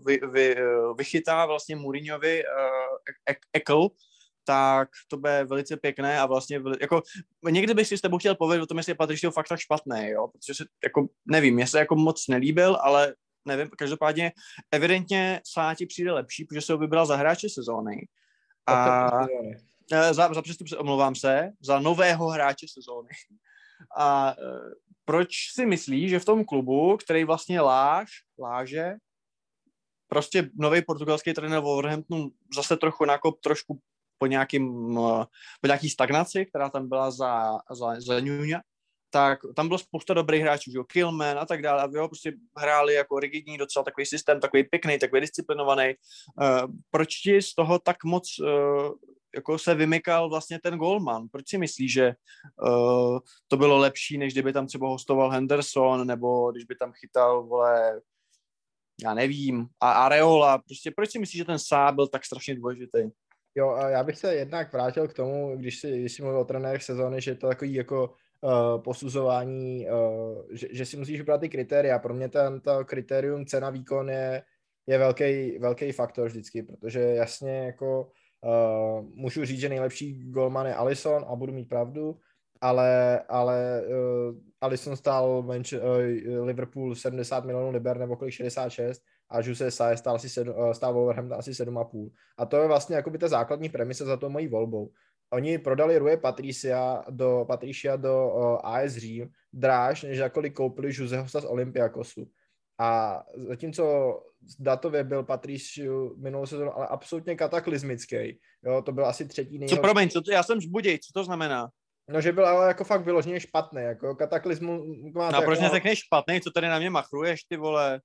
vychytá vlastně Mourinhovi ekl, tak to bude velice pěkné a vlastně jako někdy bych si s tebou chtěl povědět o tom, jestli je Patricio fakt tak špatný, jo, protože si jako nevím, mě se jako moc nelíbil, ale nevím, každopádně evidentně Sáti přijde lepší, protože se ho vybral za hráče sezóny a za přestup omlouvám se, za nového hráče sezóny. A proč si myslíš, že v tom klubu, který vlastně láže, prostě nový portugalský trenér Wolverhamptonu zase trošku po nějaký stagnaci, která tam byla za Nuňa, tak tam bylo spousta dobrých hráčů, že jo, Killman a tak dále, a jo, prostě hráli jako rigidní docela takový systém, takový pěkný, takový disciplinovaný. Proč ti z toho tak moc jako se vymykal vlastně ten golman? Proč si myslíš, že to bylo lepší, než kdyby tam třeba hostoval Henderson, nebo když by tam chytal, vole, já nevím, a Areola, prostě proč si myslíš, že ten Sá byl tak strašně důležitý? Jo, a já bych se jednak vrátil k tomu, když si mluvil o trenérech sezóny, že to takový jako posuzování, že si musíš brát ty kritéria. Pro mě to kritérium cena výkon je velký faktor vždycky, protože jasně jako můžu říct, že nejlepší golman je Alisson a budu mít pravdu, ale Alisson stál Liverpool 70 milionů liber nebo kolik 66 a Jose Sa stál Wolverhampton asi 7,5. A to je vlastně jakoby ta základní premise za tou mojí volbou. Oni prodali Rui Patricia do AS Řím dráž, než jakkoliv koupili Joseho Sa z Olympiakosu. A zatímco datově byl Patricio minulou sezónu, ale absolutně kataklizmický. Jo, to byl asi třetí nejhorší. Promiň, já jsem zbuděj, co to znamená? No, že byl ale jako fakt vyloženě špatný, jako kataklizmu. No, proč neřekneš špatný, co tady na mě machruješ, ty vole?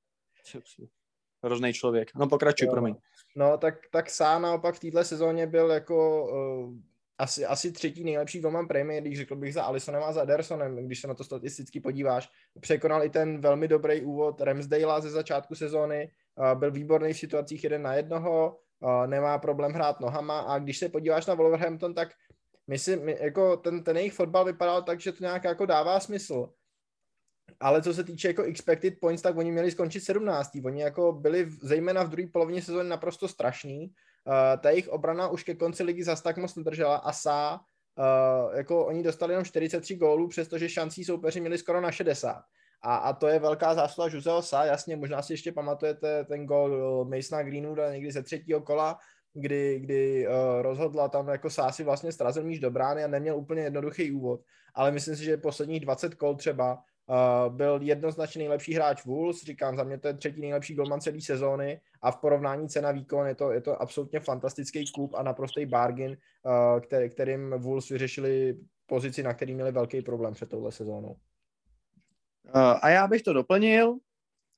Hrozný člověk. No, pokračuj, promiň. No, tak Sá naopak v této sezóně byl jako asi třetí nejlepší golman Premier, když řekl bych za Alissonem a za Edersonem, když se na to statisticky podíváš. Překonal i ten velmi dobrý úvod Ramsdalea ze začátku sezóny, byl výborný v situacích 1 na 1, nemá problém hrát nohama a když se podíváš na Wolverhampton, tak myslím, jako ten jejich fotbal vypadal tak, že to nějak jako dává smysl. Ale co se týče jako expected points, tak oni měli skončit 17. Oni jako byli zejména v druhé polovině sezóny naprosto strašný. Ta jejich obrana už ke konci ligy zas tak moc nedržela a Sá, jako oni dostali jenom 43 gólů, přestože šancí soupeři měli skoro na 60. A to je velká zásluha Joseho Sa, jasně, možná si ještě pamatujete ten gól Masona Greenwooda někdy ze 3. kola, kdy rozhodla tam jako Sá si vlastně strazil míč do brány a neměl úplně jednoduchý úvod. Ale myslím si, že posledních 20 kol třeba byl jednoznačně nejlepší hráč Wolves, říkám, za mě to je třetí nejlepší golman celé sezóny a v porovnání cena výkon je to absolutně fantastický klub a naprostý bargain, kterým Wolves vyřešili pozici, na který měli velký problém před touhle sezónou. A já bych to doplnil.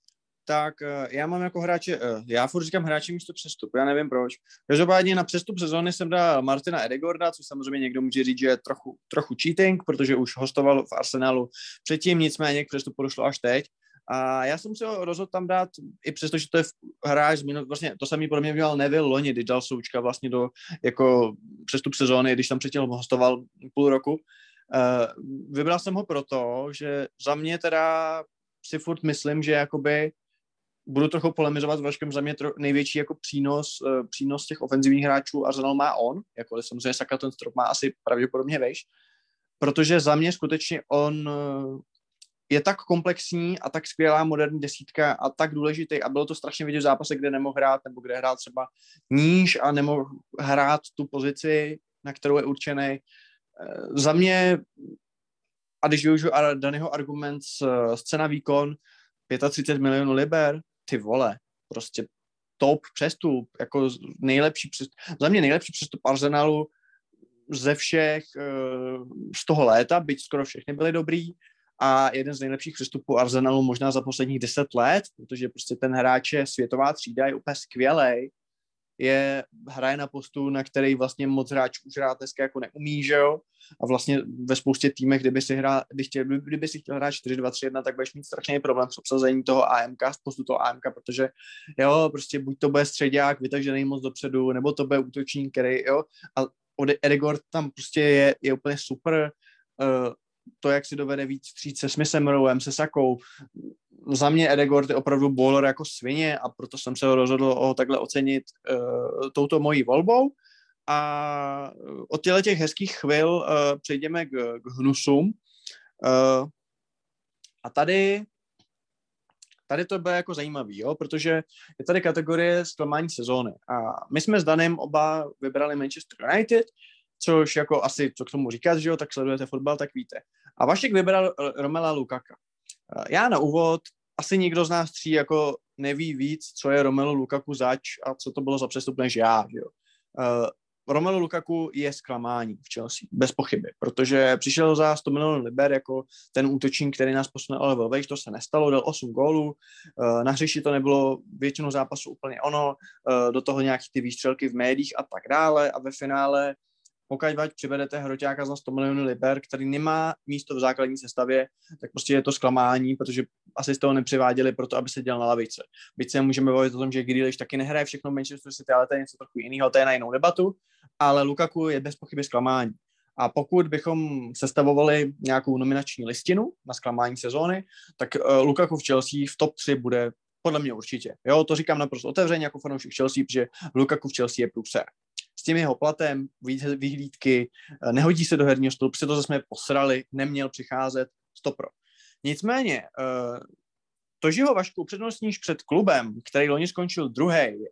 tak já mám jako hráče, já furt říkám hráči místo přestupu, já nevím proč. Každopádně na přestup sezóny jsem dal Martina Edegorda, což samozřejmě někdo může říct, že je trochu cheating, protože už hostoval v Arsenalu předtím, nicméně k přestupu došlo až teď. A já jsem se ho rozhodl tam dát, i přesto, že to je hráč, vlastně to samý podle mě dělal Neville loni, kdy dal Součka vlastně do jako přestup sezóny, když tam předtím hostoval půl roku. Vybral jsem ho proto, že za mě teda si furt myslím, že jakoby budu trochu polemizovat s Vaškem, za mě největší jako přínos těch ofenzivních hráčů Arsenal má on, jako samozřejmě Saka ten strop má asi pravděpodobně vejš, protože za mě skutečně on je tak komplexní a tak skvělá moderní desítka a tak důležitý a bylo to strašně vidět v zápase, kde nemohl hrát nebo kde hrát třeba níž a nemohl hrát tu pozici, na kterou je určený. Za mě, a když využiju Danyho argument z cena výkon 35 milionů liber, ty vole, prostě top přestup, jako za mě nejlepší přestup Arsenalu ze všech z toho léta, byť skoro všechny byly dobrý, a jeden z nejlepších přestupů Arsenalu možná za posledních 10 let, protože prostě ten hráč je světová třída, je úplně skvělej, hraje na postu, na který vlastně moc hráčů už hrát dneska jako neumí, že jo? A vlastně ve spoustě týmech, kdyby si chtěl hrát 4-2-3-1, tak budeš mít strašný problém s obsazením toho AMK, z postu toho AMK, protože jo, prostě buď to bude středák, vytažený moc dopředu, nebo to bude útočník, který, jo, a Edegord tam prostě je úplně super, to, jak si dovede víc vstříc se Smithem Rowem, se Sakou. Za mě Edegord je opravdu bowler jako svině a proto jsem se rozhodl ho takhle ocenit touto mojí volbou. A od těch hezkých chvil přejdeme k hnusům. A tady to bude jako zajímavý, jo? Protože je tady kategorie zklamání sezóny. A my jsme s Danem oba vybrali Manchester United, což jako asi, co k tomu říkat, že jo, tak sledujete fotbal, tak víte. A Vašek vybral Romela Lukaka. Já na úvod, asi nikdo z nás tří jako neví víc, co je Romelu Lukaku zač a co to bylo za přestup než já, že jo. Romelu Lukaku je zklamání v Chelsea, bez pochyby, protože přišel za 100 milionů liber jako ten útočník, který nás posunul ale velvejš, to se nestalo, dal 8 gólů, na hřišti to nebylo většinu zápasu úplně ono, do toho nějaký ty výstřelky v médiích a tak dále a ve finále pokud přivedete hroťáka za 100 milionů liber, který nemá místo v základní sestavě, tak prostě je to zklamání, protože asi z toho nepřiváděli proto, aby se dělal na lavice. Byť se můžeme bavit o tom, že Grealish taky nehraje všechno v Manchester City, ale to je něco trochu jiného, to je na jinou debatu, ale Lukaku je bez pochyby zklamání. A pokud bychom sestavovali nějakou nominační listinu na zklamání sezóny, tak Lukaku v Chelsea v top 3 bude podle mě určitě. Jo, to říkám naprosto otevřeně jako fanoušek Chelsea, protože Lukaku v Chelsea je průser. S tím jeho platem, vyhlídky, nehodí se do herního stylu, protože to jsme posrali, neměl přicházet, stopro. Nicméně, to, že ho Vašku upřednostníš před klubem, který loni skončil druhý,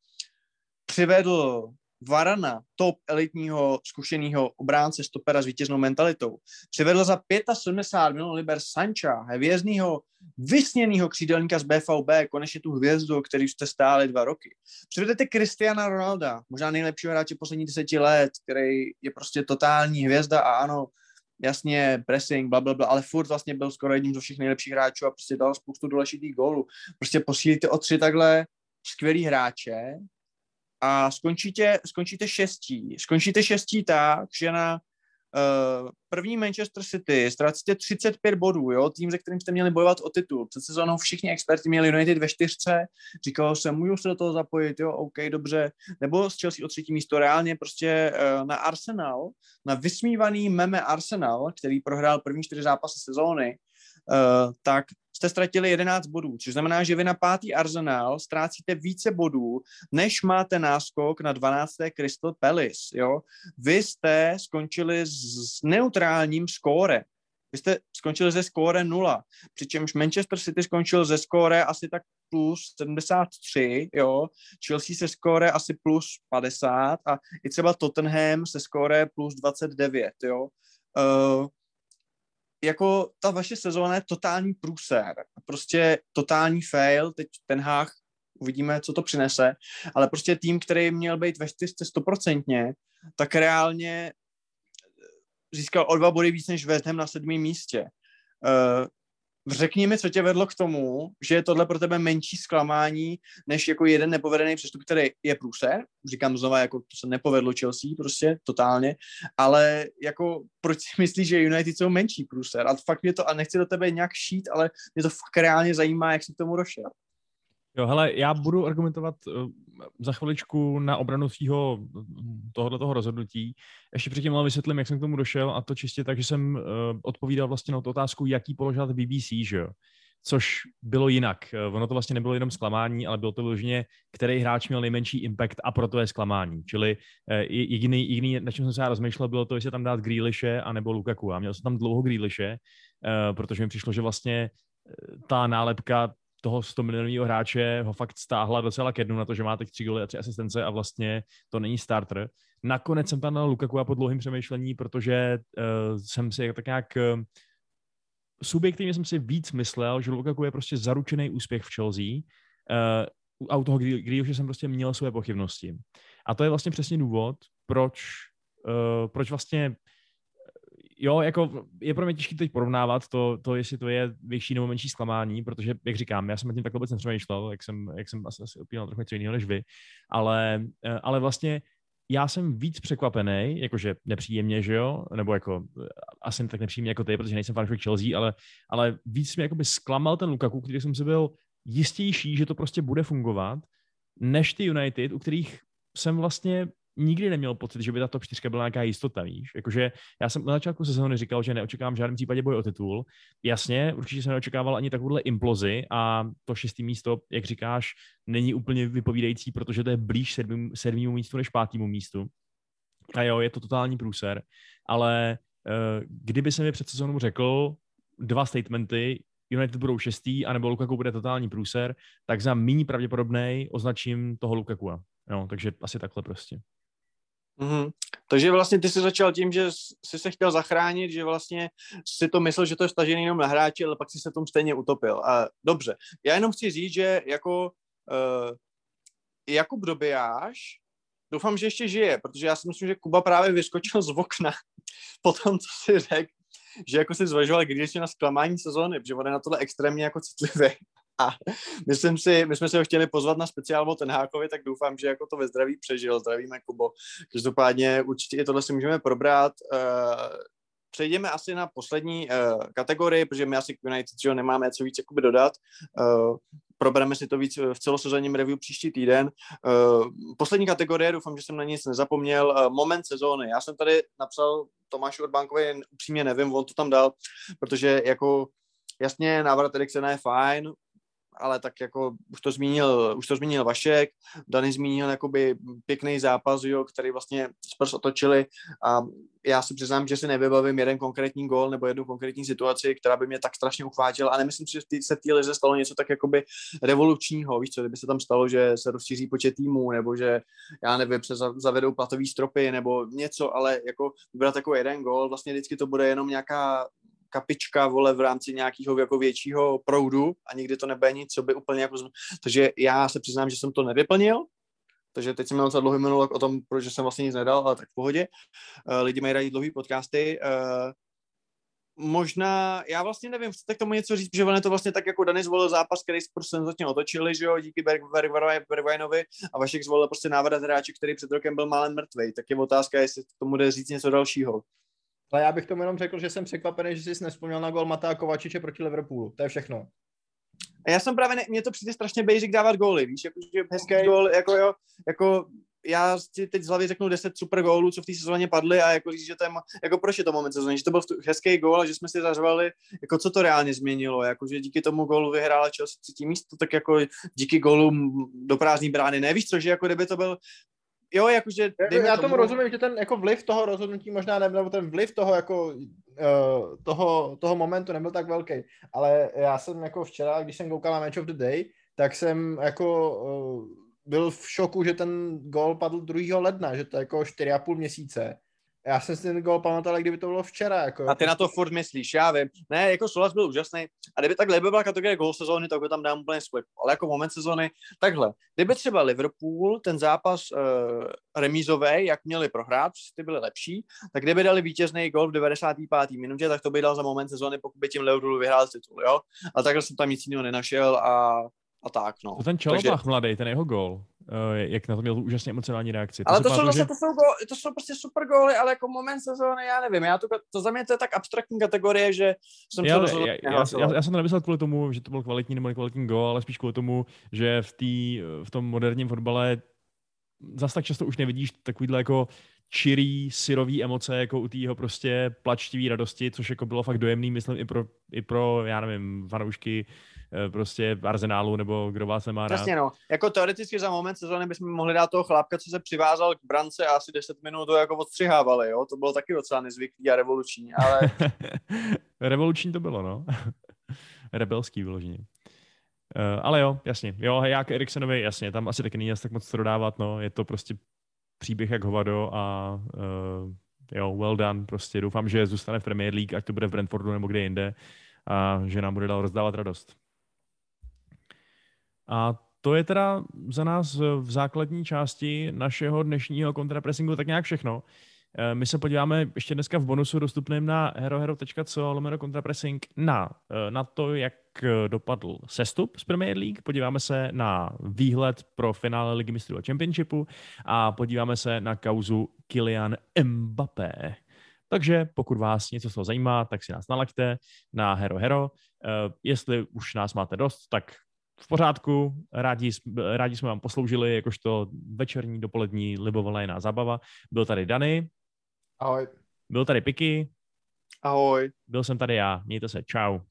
přivedl Varana, top elitního zkušeného obránce stopera s vítěznou mentalitou, přivedl za 75 milionů liber Sancha, hvězdného, vysněného křídelníka z BVB, konečně tu hvězdu, o který jste stáli 2 roky. Přivedete Cristiana Ronalda, možná nejlepšího hráče posledních 10 let, který je prostě totální hvězda a ano, jasně, pressing, blablabla, ale furt vlastně byl skoro jedním ze všech nejlepších hráčů a prostě dal spoustu důležitých gólů. Prostě posílíte o 3 takhle skvělý hráče a skončíte šestí tak, že na první Manchester City ztrácíte 35 bodů, jo, tým, se kterým jste měli bojovat o titul. Před sezónou všichni experti měli United ve 4, říkalo se, můžu se do toho zapojit, jo, OK, dobře, nebo z Chelsea o 3. místo, reálně prostě na Arsenal, na vysmívaný meme Arsenal, který prohrál první 4 zápasy sezóny, tak jste ztratili 11 bodů, což znamená, že vy na 5. Arsenal ztrácíte více bodů, než máte náskok na 12. Crystal Palace, jo. Vy jste skončili s neutrálním skóre. Vy jste skončili ze skóre 0, přičemž Manchester City skončil ze skóre asi tak plus 73, jo. Chelsea se skóre asi plus 50 a i třeba Tottenham se skóre plus 29, jo. Jako ta vaše sezóna je totální průser, prostě totální fail, teď Ten Hag, uvidíme, co to přinese, ale prostě tým, který měl být ve 4 100%, tak reálně získal o 2 body víc než West Ham na 7. místě. řekni mi, co tě vedlo k tomu, že je tohle pro tebe menší zklamání, než jako jeden nepovedený přestup, který je průser. Říkám znova, jako to se nepovedlo Chelsea prostě totálně, ale jako proč si myslíš, že United jsou menší průser? A fakt mě to, a nechci do tebe nějak šít, ale mě to fakt reálně zajímá, jak jsi k tomu došel. Jo, hele, já budu argumentovat za chviličku na obranu svého tohoto rozhodnutí. Ještě předtím ale vysvětlím, jak jsem k tomu došel, a to čistě tak, že jsem odpovídal vlastně na tu otázku, jaký položila BBC, že jo. Což bylo jinak. Ono to vlastně nebylo jenom zklamání, ale bylo to vyloženě, který hráč měl nejmenší impact a proto je zklamání. Čili jediný, na čem jsem se já rozmýšlel, bylo to, jestli tam dát Grealishe a nebo Lukaku. A měl jsem tam dlouho Grealishe, protože mi přišlo, že vlastně ta nálepka toho 100 milionového hráče ho fakt stáhla docela ke dnu na to, že má teď 3 góly a 3 asistence a vlastně to není starter. Nakonec jsem tam dal Lukaku a po dlouhém přemýšlení, protože jsem si tak nějak subjektivně jsem si víc myslel, že Lukaku je prostě zaručený úspěch v Chelsea a u toho Grealishe jsem prostě měl své pochybnosti. A to je vlastně přesně důvod, proč vlastně jo, jako je pro mě těžké teď porovnávat to, jestli to je větší nebo menší zklamání, protože, jak říkám, já jsem nad tím tak vůbec nepřemýšlel, jak jsem asi opínal trochu něco jiného než vy, ale vlastně já jsem víc překvapený, jakože nepříjemně, že jo, nebo jako asi tak nepříjemně jako ty, protože nejsem fanoušek Chelsea, ale víc mě jakoby zklamal ten Lukaku, který jsem si byl jistější, že to prostě bude fungovat, než ty United, u kterých jsem vlastně nikdy neměl pocit, že by ta top 4 byla nějaká jistota, víš. Jakože já jsem na začátku sezóny říkal, že neočekávám v žádném případě boj o titul. Jasně, určitě jsem neočekával ani takovouhle implozi a to 6. místo, jak říkáš, není úplně vypovídající, protože to je blíž 7. místu než 5. místu. A jo, je to totální průser, ale kdyby se mi před sezónou řekl 2 statementy, United budou 6. anebo Lukaku bude totální průser, tak za méně pravděpodobnej označím toho Lukakua. Jo, takže asi takhle prostě. Mm-hmm. Takže vlastně ty jsi začal tím, že jsi se chtěl zachránit, že vlastně si to myslel, že to je stažený jenom na hráči, ale pak si se v tom stejně utopil. A dobře, já jenom chci říct, že jako Jakub Dobijáš, doufám, že ještě žije, protože já si myslím, že Kuba právě vyskočil z okna po tom, co si řekl, že jako si zvažoval, když je na zklamání sezóny, protože on je na tohle extrémně jako citlivý. A my jsme se ho chtěli pozvat na speciál o Ten Hákovi, tak doufám, že jako to ve zdraví přežil. Zdravíme, Kubo. Každopádně určitě i tohle si můžeme probrat. Přejdeme asi na poslední kategorii, protože my asi k United nemáme co víc jakoby dodat. Probereme si to víc v celosezónním review příští týden. Poslední kategorie, doufám, že jsem na nic nezapomněl, moment sezóny. Já jsem tady napsal Tomáši Urbánkovi, upřímně nevím, on to tam dal, protože jako jasně návrat Eriksena je fajn, ale tak jako už to zmínil Vašek, Dani zmínil jakoby pěkný zápas, jo, který vlastně Spurs otočili a já si přiznám, že si nevybavím jeden konkrétní gól nebo jednu konkrétní situaci, která by mě tak strašně uchvátila a nemyslím si, že se v té lize stalo něco tak jakoby revolučního, víš co, kdyby se tam stalo, že se rozšíří počet týmů nebo že, já nevím, se zavedou platový stropy nebo něco, ale jako vybrat jako jeden gól, vlastně vždycky to bude jenom nějaká kapička, vole, v rámci nějakého jako většího proudu a nikdy to nebude nic, co by úplně jako... Takže já se přiznám, že jsem to nevyplnil, takže teď jsem měl docela dlouhý monolog o tom, proč jsem vlastně nic nedal, ale tak v pohodě. Lidi mají rádi dlouhý podcasty. Možná, já vlastně nevím, chcete k tomu něco říct, že on je to vlastně tak, jako Dani zvolil zápas, který prostě zatím otočili, že jo, díky Bergwijnovi a Vašek zvolil prostě návrat hráče, který před rokem byl málem mrtvej. Tak je otázka, jestli k tomu jde říct něco dalšího. Ale já bych tomu jenom řekl, že jsem překvapený, že jsi nevzpomněl na gól Matea Kovačiče proti Liverpoolu. To je všechno. A já jsem právě, mně to přijde strašně basic dávat góly, víš, jakože hezký gól, jako jo, jako já si teď z hlavy řeknu 10 super gólů, co v té sezóně padly a jako říct, že to je, jako proč je to moment sezóny, že to byl hezký gól a že jsme si zařvali, jako co to reálně změnilo, jakože díky tomu gólu vyhrála Chelsea 3. místo, tak jako díky gólu do prázdný brány, nevíš co, že jako kdyby to byl. Jo, jakože... Já tomu rozumím, že ten jako vliv toho rozhodnutí možná nebyl, nebo ten vliv toho jako toho momentu nebyl tak velký, ale já jsem jako včera, když jsem koukal na Match of the Day, tak jsem jako byl v šoku, že ten gól padl 2. ledna, že to je jako 4,5 měsíce Já jsem si ten gól pamatoval, kdyby to bylo včera. Jako, A ty na to furt myslíš, já vím. Ne, jako souhlas byl úžasný. A kdyby takhle byla kategorie gól sezóny, tak by tam dám úplně split. Ale jako moment sezóny, takhle. Kdyby třeba Liverpool ten zápas remízový, jak měli prohrát, ty byly lepší, tak kdyby dali vítězný gól v 95. minutě, tak to by dal za moment sezóny, pokud by tím Liverpool vyhrál titul, jo? A takhle jsem tam nic jiného nenašel a tak, no. To ten Čelobach mladý, ten jeho gól, jak na to měl úžasně emocionální reakci. Ale to jsou prostě super góly, ale jako moment sezóny, já nevím, to za mě to je tak abstraktní kategorie, že jsem to rozhodl. Já jsem to nemyslel kvůli tomu, že to byl kvalitní nebo nekvalitní gól, ale spíš kvůli tomu, že v tom moderním fotbale zas tak často už nevidíš takovýhle jako čirý, syrový emoce, jako u tého prostě plačtivý radosti, což jako bylo fakt dojemný, myslím, i pro já nevím, fanoušky prostě Arsenálu, nebo kdo vás nemá rád. Jasně, no. Jako teoreticky za moment sezóny bychom mohli dát toho chlápka, co se přivázal k brance a asi 10 minut to jako odstřihávali, jo. To bylo taky docela nezvyklý a revoluční, ale... Revoluční to bylo, no. Rebelský vyloženě. Ale jo, jasně. Jo, já k Eriksenovi, jasně, tam asi taky není tak moc co dodávat, no. Je to prostě příběh jak hovado a jo, well done, prostě doufám, že zůstane v Premier League, ať to bude v Brentfordu nebo kde jinde a že nám bude dál rozdávat radost. A to je teda za nás v základní části našeho dnešního kontrapressingu tak nějak všechno. My se podíváme ještě dneska v bonusu dostupném na herohero.co/kontrapressing na to, jak dopadl sestup z Premier League. Podíváme se na výhled pro finále Ligy mistrů a Championshipu a podíváme se na kauzu Kylian Mbappé. Takže pokud vás něco z toho zajímá, tak si nás nalaďte na HeroHero. Jestli už nás máte dost, tak v pořádku, rádi jsme vám posloužili, jakožto večerní, dopolední, libovolná zábava. Byl tady Dany. Ahoj. Byl tady Piky. Ahoj. Byl jsem tady já. Mějte se. Čau.